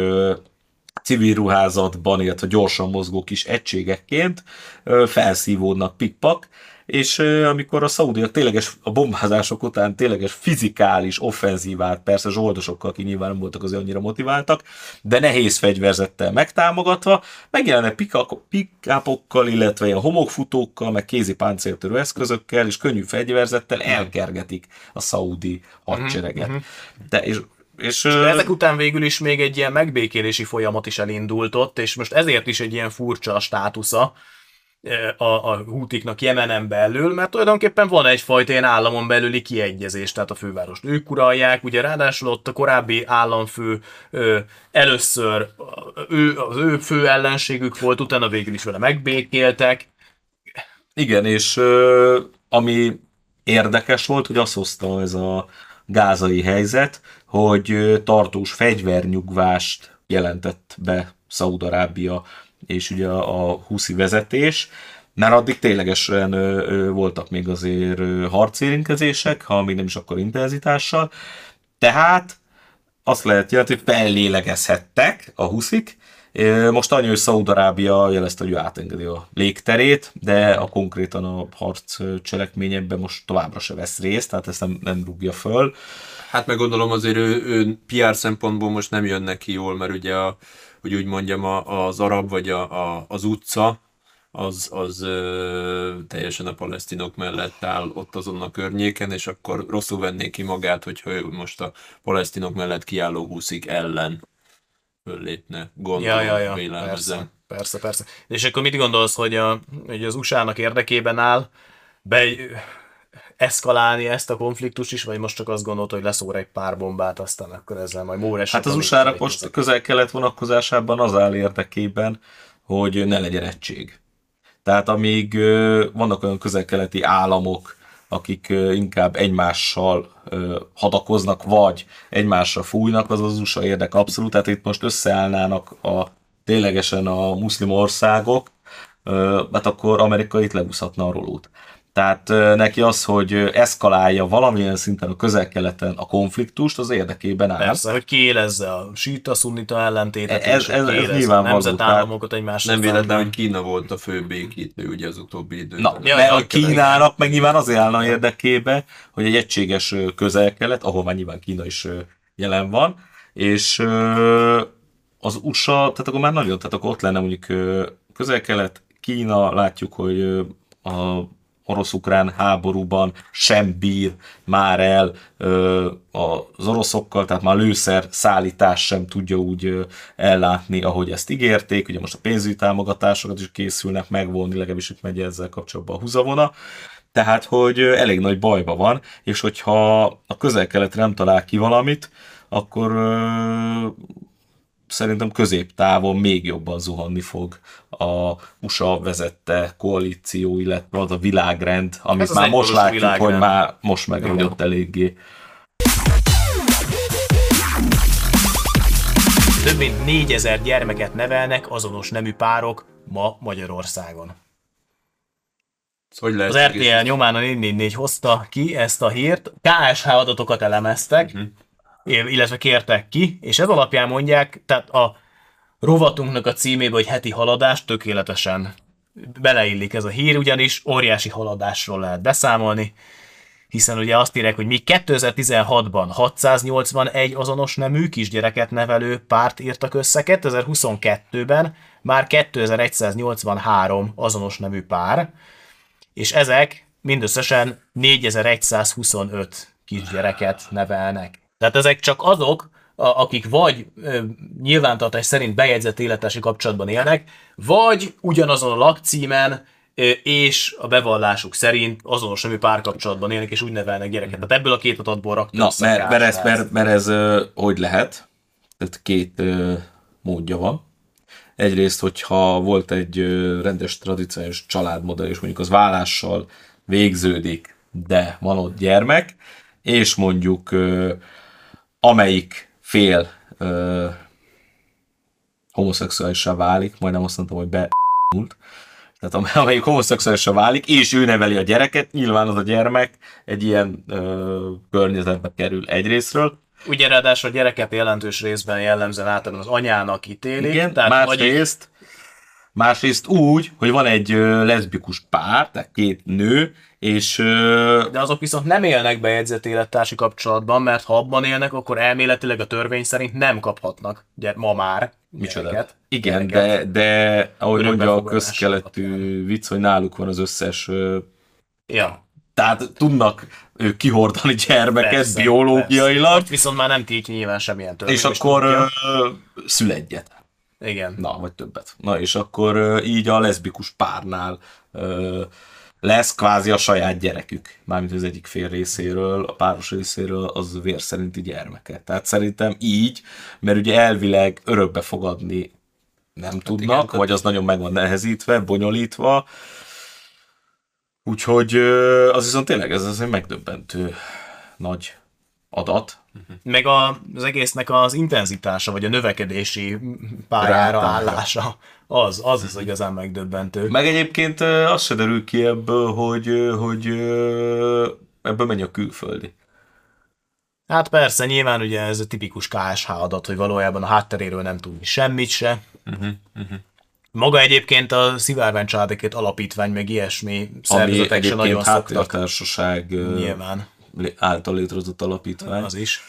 civil ruházatban, illetve gyorsan mozgó kis egységekként felszívódnak pikpak, és amikor a szaudiak tényleges, a bombázások után tényleges fizikális offenzívát, persze zsoldosokkal, aki nyilván nem voltak azért annyira motiváltak, de nehéz fegyverzettel megtámogatva, megjelennek pikápokkal, illetve ilyen homokfutókkal, meg kézi páncéltörő eszközökkel, és könnyű fegyverzettel elkergetik a szaudi hadsereget. Mm-hmm. De, és És, és ezek után végül is még egy ilyen megbékélési folyamat is elindult ott, és most ezért is egy ilyen furcsa a státusza a, a hútiknak Jemenen belül, mert tulajdonképpen van egyfajta ilyen államon belüli kiegyezés, tehát a fővárost ők uralják, ugye ráadásul ott a korábbi államfő ö, először ő, az ő fő ellenségük volt, utána végül is vele megbékéltek. Igen, és ö, ami érdekes volt, hogy azt hozta ez a gázai helyzet, hogy tartós fegyvernyugvást jelentett be Szaúd-Arábia és ugye a huszi vezetés, mert addig ténylegesen voltak még azért harcérinkezések, ha még nem is akkor intenzitással, tehát azt lehet jelenteni, hogy fellélegezhettek a huszik. Most annyi, hogy Szaúd-Arábia jelezte, hogy ő átengedi a légterét, de a konkrétan a harc cselekményekben most továbbra se vesz részt, tehát ezt nem, nem rúgja föl. Hát meg gondolom azért ő, ő pé er szempontból most nem jön neki jól, mert ugye a, hogy úgy mondjam, a, az arab vagy a, a, az utca, az, az ö, teljesen a palesztinok mellett áll ott azon a környéken, és akkor rosszul venné ki magát, hogyha ő most a palesztinok mellett kiálló huszik ellen föllépne, gondolom, ja, ja, ja, vélelmezem. Persze, persze, persze. És akkor mit gondolsz, hogy, a, hogy az u es á-nak érdekében áll be eszkalálni ezt a konfliktust is, vagy most csak azt gondolt, hogy leszór egy pár bombát, aztán akkor ezzel majd mór eset. Hát az u es á-nak most közel-kelet vonatkozásában az áll érdekében, hogy ne legyen egység. Tehát amíg vannak olyan közel-keleti államok, akik inkább egymással hadakoznak, vagy egymásra fújnak, az az u es á érdek abszolút. Tehát itt most összeállnának a, ténylegesen a muszlim országok, hát akkor Amerika itt leúszhatna a rolót. Tehát neki az, hogy eszkalálja valamilyen szinten a közel-keleten a konfliktust, az érdekében áll. Persze, hogy kiélezze a síta-szunnita ellentétet, ez, ez, ez nyilvánvaló. Nemzetállamokat egymásra. Nem véletlen, hogy Kína volt a fő békítő ugye az utóbbi időben. Na, ja, mert a Kínának meg nyilván azért állna érdekébe, hogy egy egységes közel-kelet, ahol már nyilván Kína is jelen van, és az u es á, tehát akkor már nagyon, tehát akkor ott lenne mondjuk közel-kelet, Kína, látjuk, hogy a orosz-ukrán háborúban sem bír már el ö, az oroszokkal, tehát már lőszer szállítás sem tudja úgy ö, ellátni, ahogy ezt ígérték. Ugye most a pénzügyi támogatásokat is készülnek megvonni, legalábbis itt megy ezzel kapcsolatban a húzavona. Tehát, hogy ö, elég nagy bajba van, és hogyha a közel-keletre nem talál ki valamit, akkor ö, szerintem középtávon még jobban zuhanni fog a u es á vezette koalíció, illetve az a világrend, amit már most látjuk, világrend. Hogy már most megrendült eléggé. Több mint négyezer gyermeket nevelnek azonos nemű párok ma Magyarországon. Hogy az er té el nyomán a négy négy négy hozta ki ezt a hírt, ká es há adatokat elemeztek, uh-huh. illetve kértek ki, és ez alapján mondják, tehát a rovatunknak a címébe, hogy heti haladás, tökéletesen beleillik ez a hír, ugyanis óriási haladásról lehet beszámolni, hiszen ugye azt írják, hogy míg kétezer-tizenhatban hatszáznyolcvanegy azonos nemű kisgyereket nevelő párt írtak össze, kétezer-huszonkettőben már kétezer-száznyolcvanhárom azonos nemű pár, és ezek mindösszesen négyezer-százhuszonöt kisgyereket nevelnek. Tehát ezek csak azok, a, akik vagy ö, nyilvántartás szerint bejegyzett élettársi kapcsolatban élnek, vagy ugyanazon a lakcímen ö, és a bevallásuk szerint azonos nemű párkapcsolatban élnek, és úgy nevelnek gyereket. Tehát ebből a két adatból raktam. Na, mert, mert, ez, mert, mert ez ö, hogy lehet? Tehát két ö, módja van. Egyrészt, hogyha volt egy ö, rendes, tradicionális családmodell, és mondjuk az vállással végződik, de van ott gyermek, és mondjuk ö, amelyik fél ö, homoszexuálissá válik, majdnem azt mondtam, hogy be tehát amelyik homoszexuálissá válik, és ő neveli a gyereket, nyilván az a gyermek egy ilyen ö, környezetbe kerül egyrészről. Ugye ráadásul a gyereket jelentős részben jellemzően általában az anyának ítélik. Igen, tehát másrészt, másrészt úgy, hogy van egy ö, leszbikus pár, tehát két nő, és... Ö, de azok viszont nem élnek bejegyzett élettársi kapcsolatban, mert ha abban élnek, akkor elméletileg a törvény szerint nem kaphatnak gyere, ma már gyereket. Igen, gyereket. de, de ahogy mondja a Örökbefogadás közkeletű vicc, hogy náluk van az összes... Ö, ja. Tehát tudnak ők kihordani gyermeket Persze, biológiailag. persze. Viszont már nem tiltja nyilván semmilyen törvény. És akkor ö, szül egyet. Igen. Na, vagy többet. Na, és akkor ö, így a leszbikus párnál ö, lesz kvázi a saját gyerekük. Mármint az egyik fél részéről, a páros részéről az vér szerinti gyermeke. Tehát szerintem így, mert ugye elvileg örökbe fogadni nem hát tudnak, igen, vagy az nagyon meg van nehezítve, bonyolítva. Úgyhogy az viszont tényleg ez az egy megdöbbentő nagy adat. Meg a, az egésznek az intenzitása, vagy a növekedési pályára Ráta. állása, az, az az igazán megdöbbentő. Meg egyébként az se derül ki ebből, hogy, hogy ebből mennyi a külföldi. Hát persze, nyilván ugye ez a tipikus ká es há adat, hogy valójában a hátteréről nem tudni semmit se. Uh-huh, uh-huh. Maga egyébként a Szivárvány Családokért Alapítvány, meg ilyesmi szervezetek se nagyon szoktak. Háttértársaság nyilván által létrehozott alapítvány. Az is.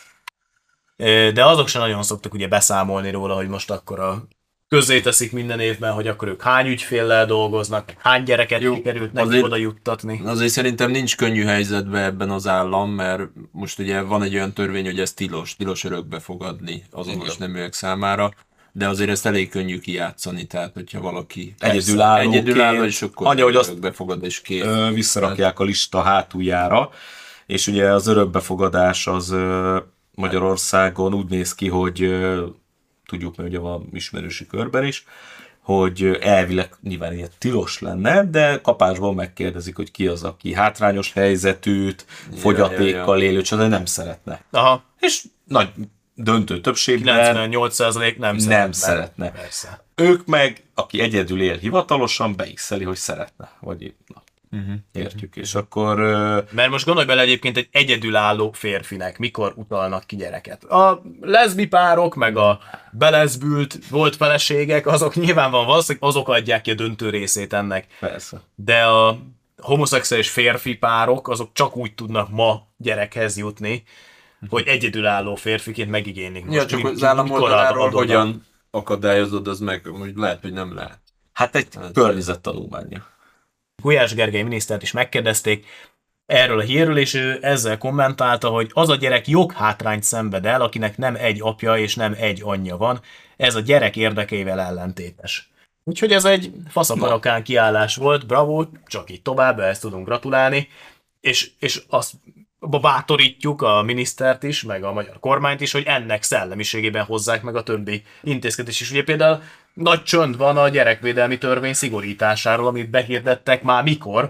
De azok se nagyon szoktak ugye beszámolni róla, hogy most akkor a közzéteszik minden évben, hogy akkor ők hány ügyféllel dolgoznak, hány gyereket Jó, sikerült neki azért- oda juttatni. Azért szerintem nincs könnyű helyzetben ebben az állam, mert most ugye van egy olyan törvény, hogy ez tilos, tilos örökbe fogadni azonos neműek számára, de azért ezt elég könnyű kijátszani, tehát hogyha valaki Egyedülállóként, egyedülálló, és akkor annyi, hogy azt- örökbe fogad, és kész. Ö, visszarakják a lista hátuljára, és ugye az örökbefogadás az ö, Magyarországon úgy néz ki, hogy ö, tudjuk, mert ugye van ismerősi körben is, hogy ö, elvileg nyilván ilyen tilos lenne, de kapásból megkérdezik, hogy ki az, aki hátrányos helyzetűt, fogyatékkal élő, csak de nem szeretne. Aha, És nagy döntő többségben kilencvennyolc százalék nem szeretne. nem szeretne. Persze. Ők meg, aki egyedül él hivatalosan, beikszeli, hogy szeretne. Vagy na, Uh-huh. értjük. És akkor ö, Mert most gondolj bele egyébként egy egyedülálló férfinek, mikor utalnak ki gyereket. A leszbi párok, meg a beleszbült volt feleségek, azok nyilván van valószínűleg, azok adják ki a döntő részét ennek. persze. De a homoszexuális férfi párok, azok csak úgy tudnak ma gyerekhez jutni, hogy egyedülálló férfiként megigénylik. Ja, Most csak mi- az állam mikor oldaláról adod oda? hogyan akadályozod, az meg, hogy lehet, hogy nem lehet. Hát egy környezettanulmánya. Gulyás Gergely minisztert is megkérdezték erről a hírről, és ő ezzel kommentálta, hogy az a gyerek joghátrányt szenved el, akinek nem egy apja és nem egy anyja van, ez a gyerek érdekeivel ellentétes. Úgyhogy ez egy faszaparakán kiállás volt, bravo, csak így tovább, ezt tudunk gratulálni, és, és azt bátorítjuk a minisztert is, meg a magyar kormányt is, hogy ennek szellemiségében hozzák meg a többi intézkedést is. Ugye például nagy csönd van a gyerekvédelmi törvény szigorításáról, amit behirdettek már mikor,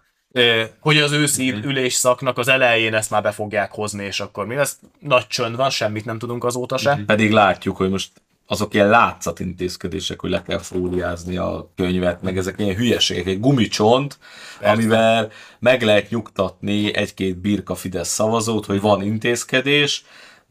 hogy az őszi ülésszaknak az elején ezt már be fogják hozni, és akkor mi lesz? Nagy csönd van, semmit nem tudunk azóta se. Pedig látjuk, hogy most azok ilyen látszatintézkedések, hogy le kell fóliázni a könyvet, meg ezek ilyen hülyeségek, egy gumicsont, Persze. amivel meg lehet nyugtatni egy-két birka Fidesz szavazót, hogy van intézkedés,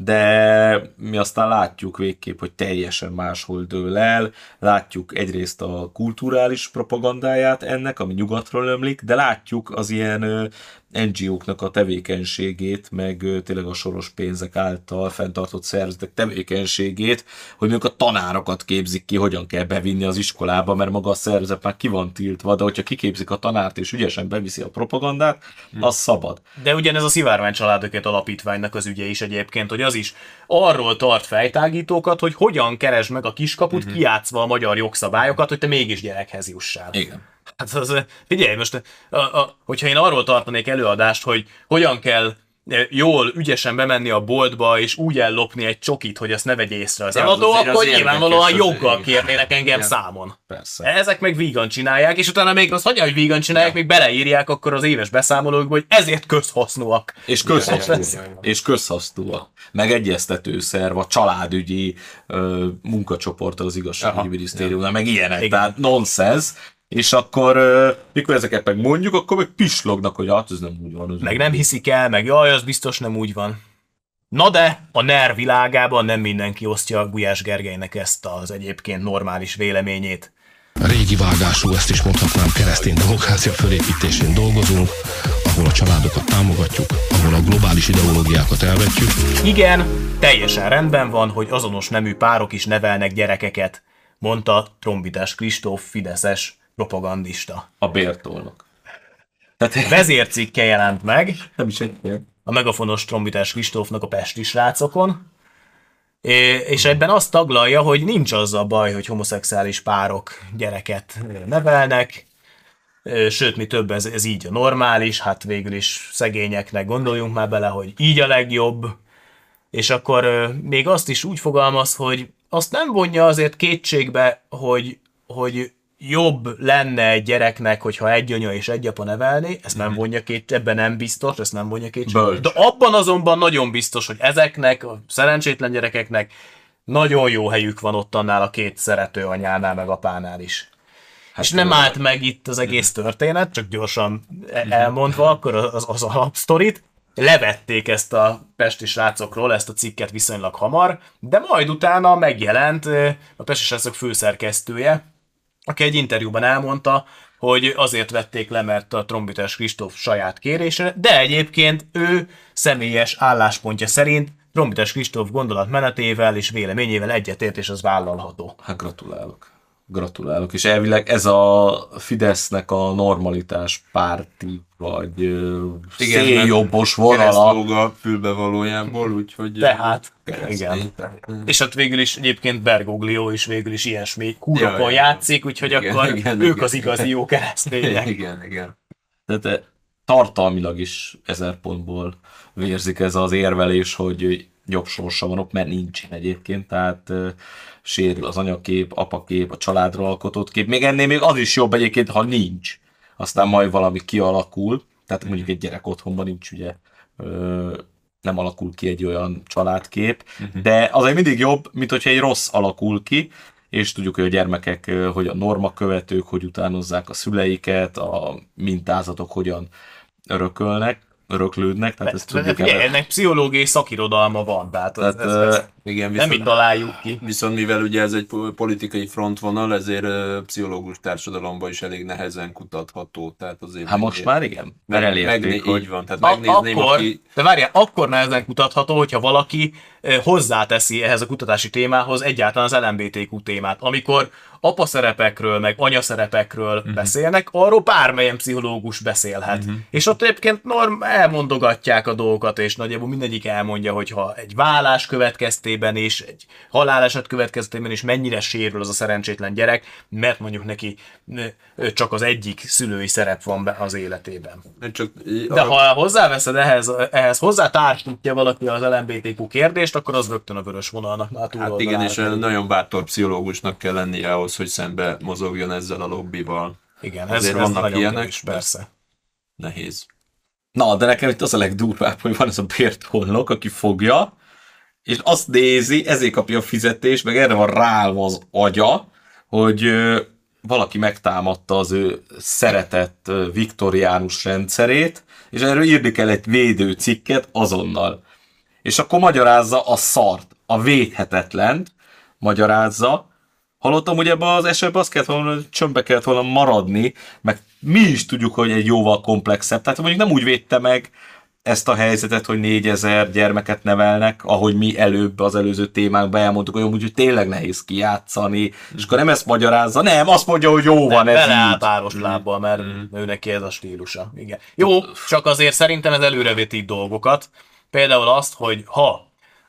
de mi aztán látjuk végképp, hogy teljesen máshol dől el, látjuk egyrészt a kulturális propagandáját ennek, ami nyugatról ömlik, de látjuk az ilyen ö, en gé ó-knak a tevékenységét, meg ö, tényleg a soros pénzek által fenntartott szervezetek tevékenységét, hogy mondjuk a tanárokat képzik ki, hogyan kell bevinni az iskolába, mert maga a szervezet már ki van tiltva, de hogyha kiképzik a tanárt és ügyesen beviszi a propagandát, az szabad. De ugyanez a Szivárvány Családokért Alapítványnak az ügye is egyébként, hogy az is arról tart fejtágítókat, hogy hogyan keresd meg a kiskaput, uh-huh. kijátszva a magyar jogszabályokat, hogy te mégis gyerekhez jussál. Igen. Hát az, figyelj, most, a, a, hogyha én arról tartanék előadást, hogy hogyan kell jól, ügyesen bemenni a boltba, és úgy ellopni egy csokit, hogy azt ne vegye észre az eladó, ja, akkor nyilvánvalóan joggal kérnének engem ja. számon. Persze. Ezek meg vígan csinálják, és utána még azt hagyja, hogy vígan csinálják, ja. még beleírják akkor az éves beszámolókba, hogy ezért közhasznúak. És közhasznúak. És közhasznúak. Meg egyeztetőszerv, a családügyi ö, munkacsoport az igazságügyi minisztériumnál, meg ilyenek. Igen. Tehát nonsens. És akkor, mikor ezeket meg mondjuk, akkor meg pislognak, hogy hát ez nem úgy van. Ez meg nem hiszik el, meg jaj, az biztos nem úgy van. Na de, a NER világában nem mindenki osztja Gulyás Gergelynek ezt az egyébként normális véleményét. Régi vágású, ezt is mondhatnám, keresztény demokrácia fölépítésén dolgozunk, ahol a családokat támogatjuk, ahol a globális ideológiákat elvetjük. Igen, teljesen rendben van, hogy azonos nemű párok is nevelnek gyerekeket, mondta Trombitás Kristóf fideszes propagandista. A Bértolnak. Tehát... Vezércikke jelent meg. Nem is egy a megafonos Trombitás Kristófnak a pesti srácokon. És ebben azt taglalja, hogy nincs az a baj, hogy homoszexuális párok gyereket nevelnek. Sőt, mi több, ez, ez így a normális, hát végül is szegényeknek gondoljunk már bele, hogy így a legjobb. És akkor még azt is úgy fogalmaz, hogy azt nem vonja azért kétségbe, hogy, hogy jobb lenne egy gyereknek, hogyha egy anya és egy apa nevelni, ezt nem vonja két, ebben nem biztos, ezt nem vonja kétségbe. De abban azonban nagyon biztos, hogy ezeknek, a szerencsétlen gyerekeknek nagyon jó helyük van ott annál a két szerető anyánál, meg apánál is. Hát és nem állt meg itt az egész történet, csak gyorsan elmondva akkor az, az alapsztorit. Levették ezt a pesti srácokról, ezt a cikket viszonylag hamar, de majd utána megjelent a pesti srácok főszerkesztője, aki egy interjúban elmondta, hogy azért vették le, mert a Trombitás Kristóf saját kérésre, de egyébként ő személyes álláspontja szerint Trombitás Kristóf gondolatmenetével és véleményével egyetért, és az vállalható. Hát gratulálok. Gratulálok, és elvileg ez a Fidesznek a normalitás párti, vagy igen, széljobbos vonala. Keresztlóg a fülbe valójából, úgyhogy... Tehát, igen. És hát végül is egyébként Bergoglio is végül is ilyesmi kúrokon ja, játszik, úgyhogy igen, akkor igen, ők igen. az igazi jó keresztények. Igen, igen. Tehát tartalmilag is ezer pontból vérzik ez az érvelés, hogy jobb sorsa van ott, mert nincsen egyébként, tehát uh, sérül az anyakép, apakép, a családról alkotott kép, még ennél még az is jobb egyébként, ha nincs. Aztán majd valami kialakul, tehát mondjuk egy gyerek otthonban nincs, ugye, uh, nem alakul ki egy olyan családkép, uh-huh. de azért mindig jobb, mint hogyha egy rossz alakul ki, és tudjuk, hogy a gyermekek, hogy a normakövetők, hogy utánozzák a szüleiket, a mintázatok hogyan örökölnek, öröklődnek, tehát ezt tudjuk el. Ennek pszichológiai szakirodalma van, tehát, tehát ez, ez, ez igen, nem itt találjuk ki. Viszont mivel ugye ez egy politikai frontvonal, ezért uh, pszichológus társadalomban is elég nehezen kutatható. Tehát azért hát most már igen, mert meg, elérték, megné- hogy... Így van, tehát a, megnézném, akkor, aki... De várjál, akkor nehezen kutatható, hogyha valaki eh, hozzáteszi ehhez a kutatási témához egyáltalán az el em bé té kú témát. Amikor apa szerepekről, meg anya szerepekről uh-huh. beszélnek, arról bármelyen pszichológus beszélhet. Uh-huh. És ott egyébként norm elmondogatják a dolgokat, és nagyjából mindegyik elmondja, hogy ha egy vállás következtében is, egy haláleset következtében is mennyire sérül az a szerencsétlen gyerek, mert mondjuk neki csak az egyik szülői szerep van be az életében. Csak, De ha hozzáveszed ehhez, ehhez hozzátársítja valaki az el em bé té kú kérdést, akkor az rögtön a vörös vonalnak már túl. Hát igen, és nagyon bátor pszichológusnak kell lennie ahhoz, hogy szembe mozogjon ezzel a lobbival. Igen, ez, ez vannak ilyenek, is, persze. Nehéz. Na, de nekem itt az a legdurvább, hogy van ez a Bértolnok, aki fogja, és azt nézi, ezért kapja a fizetést, meg erre van ráállva az agya, hogy ö, valaki megtámadta az ő szeretett ö, viktoriánus rendszerét, és erről írni kell egy védőcikket azonnal. És akkor magyarázza a szart, a védhetetlent, magyarázza, Hallottam, hogy ebben az esetben azt kellett volna, hogy csömbbe kellett volna maradni, meg mi is tudjuk, hogy egy jóval komplexebb. Tehát mondjuk nem úgy védte meg ezt a helyzetet, hogy négyezer gyermeket nevelnek, ahogy mi előbb az előző témákban elmondtuk, hogy úgy, hogy tényleg nehéz kijátszani, és akkor nem ezt magyarázza, nem, azt mondja, hogy jó van, nem, ez beleáll így. páros lábbal, mert mm. ő neki ez a stílusa. Igen. Jó, csak azért szerintem ez előrevetít dolgokat. Például azt, hogy ha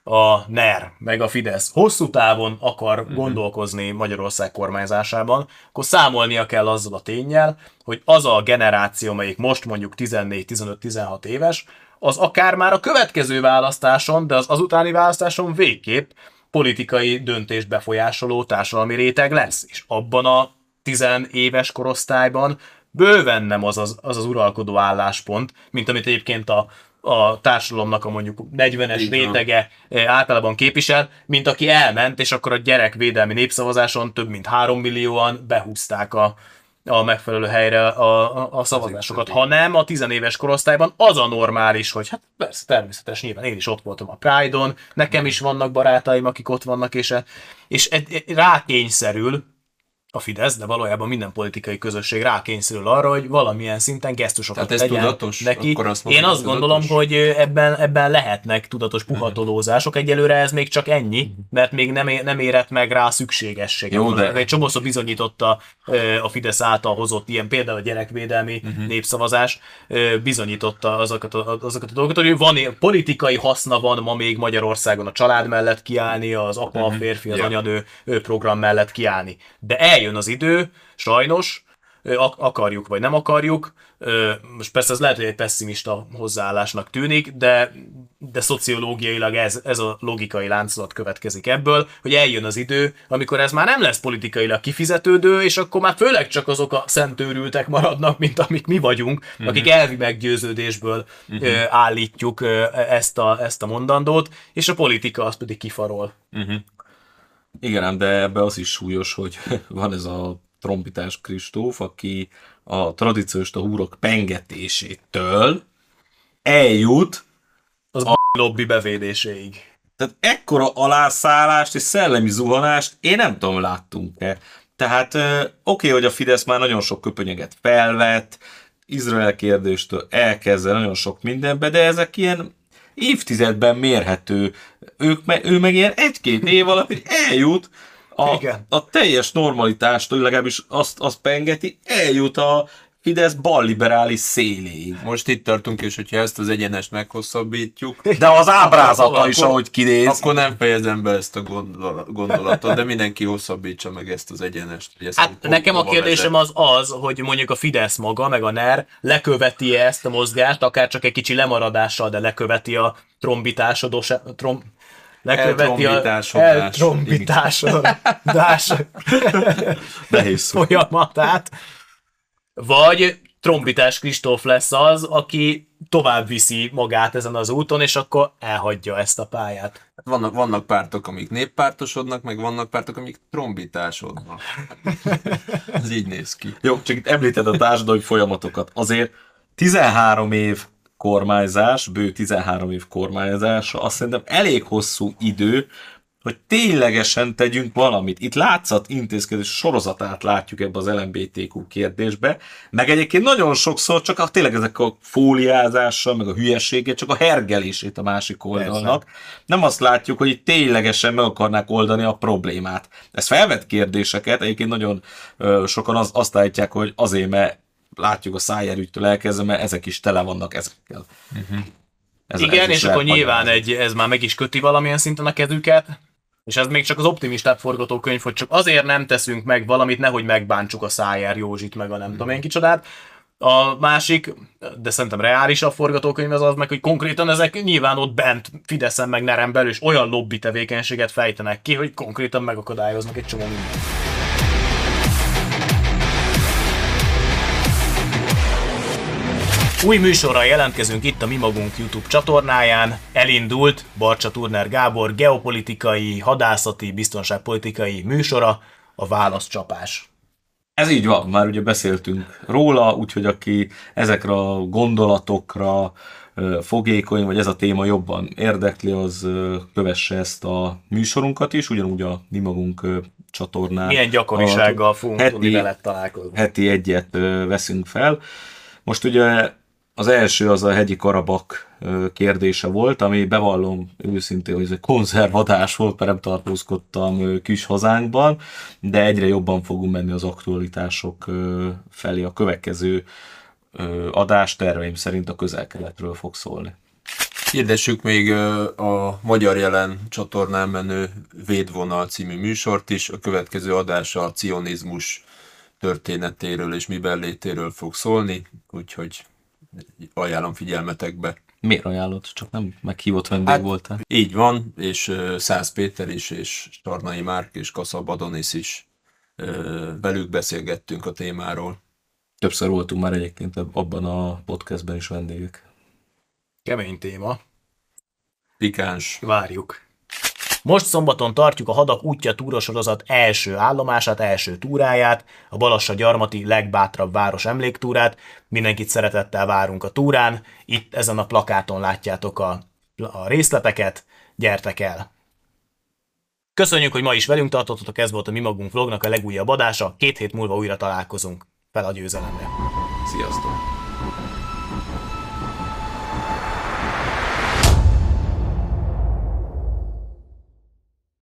a NER meg a Fidesz hosszú távon akar mm. gondolkozni Magyarország kormányzásában, akkor számolnia kell azzal a ténnyel, hogy az a generáció, melyik most mondjuk tizennégy, tizenöt, tizenhat éves, az akár már a következő választáson, de az azutáni választáson végképp politikai döntést befolyásoló társadalmi réteg lesz. És abban a tizenéves korosztályban bőven nem az az, az az uralkodó álláspont, mint amit egyébként a, a társadalomnak a mondjuk negyvenes Igen. rétege általában képvisel, mint aki elment, és akkor a gyerekvédelmi népszavazáson több mint három millióan behúzták a a megfelelő helyre a, a, a szavazásokat. Ha nem, a tizenéves korosztályban az a normális, hogy hát persze, természetes, nyilván én is ott voltam a Pride-on, nekem is vannak barátaim, akik ott vannak, és, és rákényszerül a Fidesz, de valójában minden politikai közösség rákényszerül arra, hogy valamilyen szinten gesztusokat tegyen tudatos? Neki. Azt Én azt gondolom, tudatos? hogy ebben, ebben lehetnek tudatos puhatolózások. Egyelőre ez még csak ennyi, mert még nem, é, nem érett meg rá a szükségesség. Jó, de... Egy csomószor bizonyította a Fidesz által hozott ilyen, például a gyerekvédelmi uh-huh. népszavazás bizonyította azokat a, azokat a dolgokat, hogy van politikai haszna van ma még Magyarországon a család mellett kiállni, az apa, a férfi, az yeah. anyanő program mellett kiállni. De eljön az idő, sajnos, akarjuk vagy nem akarjuk, most persze ez lehet, hogy egy pesszimista hozzáállásnak tűnik, de, de szociológiailag ez, ez a logikai láncolat következik ebből, hogy eljön az idő, amikor ez már nem lesz politikailag kifizetődő, és akkor már főleg csak azok a szentőrültek maradnak, mint amik mi vagyunk, uh-huh. akik elvi meggyőződésből uh-huh. állítjuk ezt a, ezt a mondandót, és a politika az pedig kifarol. Uh-huh. Igen, de ebbe az is súlyos, hogy van ez a trombitás Kristóf, aki a tradicionalista húrok pengetésétől eljut az a lobby bevédéséig. Tehát ekkora alászállást és szellemi zuhanást én nem tudom, láttunk-e. Tehát oké, okay, hogy a Fidesz már nagyon sok köpönyeget felvett, Izrael kérdéstől elkezdve nagyon sok mindenbe, de ezek ilyen évtizedben mérhető. Ők me, ő meg ilyen egy-két év alatt eljut a, a teljes normalitástól, legalábbis azt, azt pengeti, eljut a Fidesz balliberális széléig. Most itt tartunk, és hogyha ezt az egyenest meghosszabbítjuk... De az ábrázata is, ahogy kinéz. Akkor nem fejezem be ezt a gondolatot, de mindenki hosszabbítsa meg ezt az egyenest. Ezt hát nekem a kérdésem az az, hogy mondjuk a Fidesz maga, meg a NER leköveti ezt a mozgást, akár csak egy kicsi lemaradással, de leköveti a trombitásodós... Trom, leköveti a eltrombitásodás folyamatát. Vagy Trombitás Kristóf lesz az, aki tovább viszi magát ezen az úton, és akkor elhagyja ezt a pályát. Vannak, vannak pártok, amik néppártosodnak, meg vannak pártok, amik trombitásodnak. Ez így néz ki. Jó, csak itt említed a társadalmi folyamatokat. Azért tizenhárom év kormányzás, bő tizenhárom év kormányzás, azt szerintem elég hosszú idő, hogy ténylegesen tegyünk valamit. Itt látszat intézkedés sorozatát látjuk ebbe az el em bé té kú kérdésbe, meg egyébként nagyon sokszor csak a, tényleg ezek a fóliázással, meg a hülyeséggel, csak a hergelését a másik oldalnak. Persze. Nem azt látjuk, hogy itt ténylegesen meg akarnák oldani a problémát. Ez felvet kérdéseket, egyébként nagyon ö, sokan az, azt állítják, hogy azért, mert látjuk a szájérügytől elkezdve, mert ezek is tele vannak ezekkel. Uh-huh. Ez, Igen, ez és akkor nyilván egy, ez már meg is köti valamilyen szinten a kezüket, és ez még csak az optimistább forgatókönyv, hogy csak azért nem teszünk meg valamit, nehogy megbántsuk a Szájer Józsit, meg a nem tudom én kicsodát. A másik, de szerintem reálisabb forgatókönyv az az meg, hogy konkrétan ezek nyilván ott bent Fideszen meg Neren belül is olyan lobby tevékenységet fejtenek ki, hogy konkrétan megakadályoznak egy csomó mindent. Új műsorral jelentkezünk itt a Mi Magunk YouTube csatornáján. Elindult Barcsa Turner Gábor geopolitikai, hadászati, biztonságpolitikai műsora, a Válaszcsapás. Ez így van, már ugye beszéltünk róla, úgyhogy aki ezekre a gondolatokra fogékony, vagy ez a téma jobban érdekli, az kövesse ezt a műsorunkat is, ugyanúgy a Mi Magunk csatornán. Milyen gyakorisággal fogunk heti, tudni veled találkozni? Heti egyet ö, veszünk fel. Most ugye az első az a hegyi Karabak ö, kérdése volt, ami bevallom őszintén, hogy ez egy konzervadás volt, mert nem tartózkodtam ö, kis hazánkban, de egyre jobban fogunk menni az aktualitások ö, felé. A következő ö, adás terveim szerint a Közel-Keletről fog szólni. Hirdessük még a Magyar Jelen csatornán menő Védvonal című műsort is. A következő adása a cionizmus történetéről és miben létéről fog szólni, úgyhogy ajánlom figyelmetekbe. Miért ajánlott? Csak nem meghívott vendég hát, voltál. Így van, és Szász Péter is, és Tarnai Márk és Kaszab Adonis is velük beszélgettünk a témáról. Többször voltunk már egyébként abban a podcastben is vendégek. Kemény téma. Pikáns. Várjuk. Most szombaton tartjuk a Hadak útja túrasorozat első állomását, első túráját, a Balassa-Gyarmati legbátrabb város emléktúrát. Mindenkit szeretettel várunk a túrán. Itt ezen a plakáton látjátok a, a részleteket. Gyertek el! Köszönjük, hogy ma is velünk tartottatok, ez volt a Mi Magunk vlognak a legújabb adása. Két hét múlva újra találkozunk. Fel a győzelemre! Sziasztok!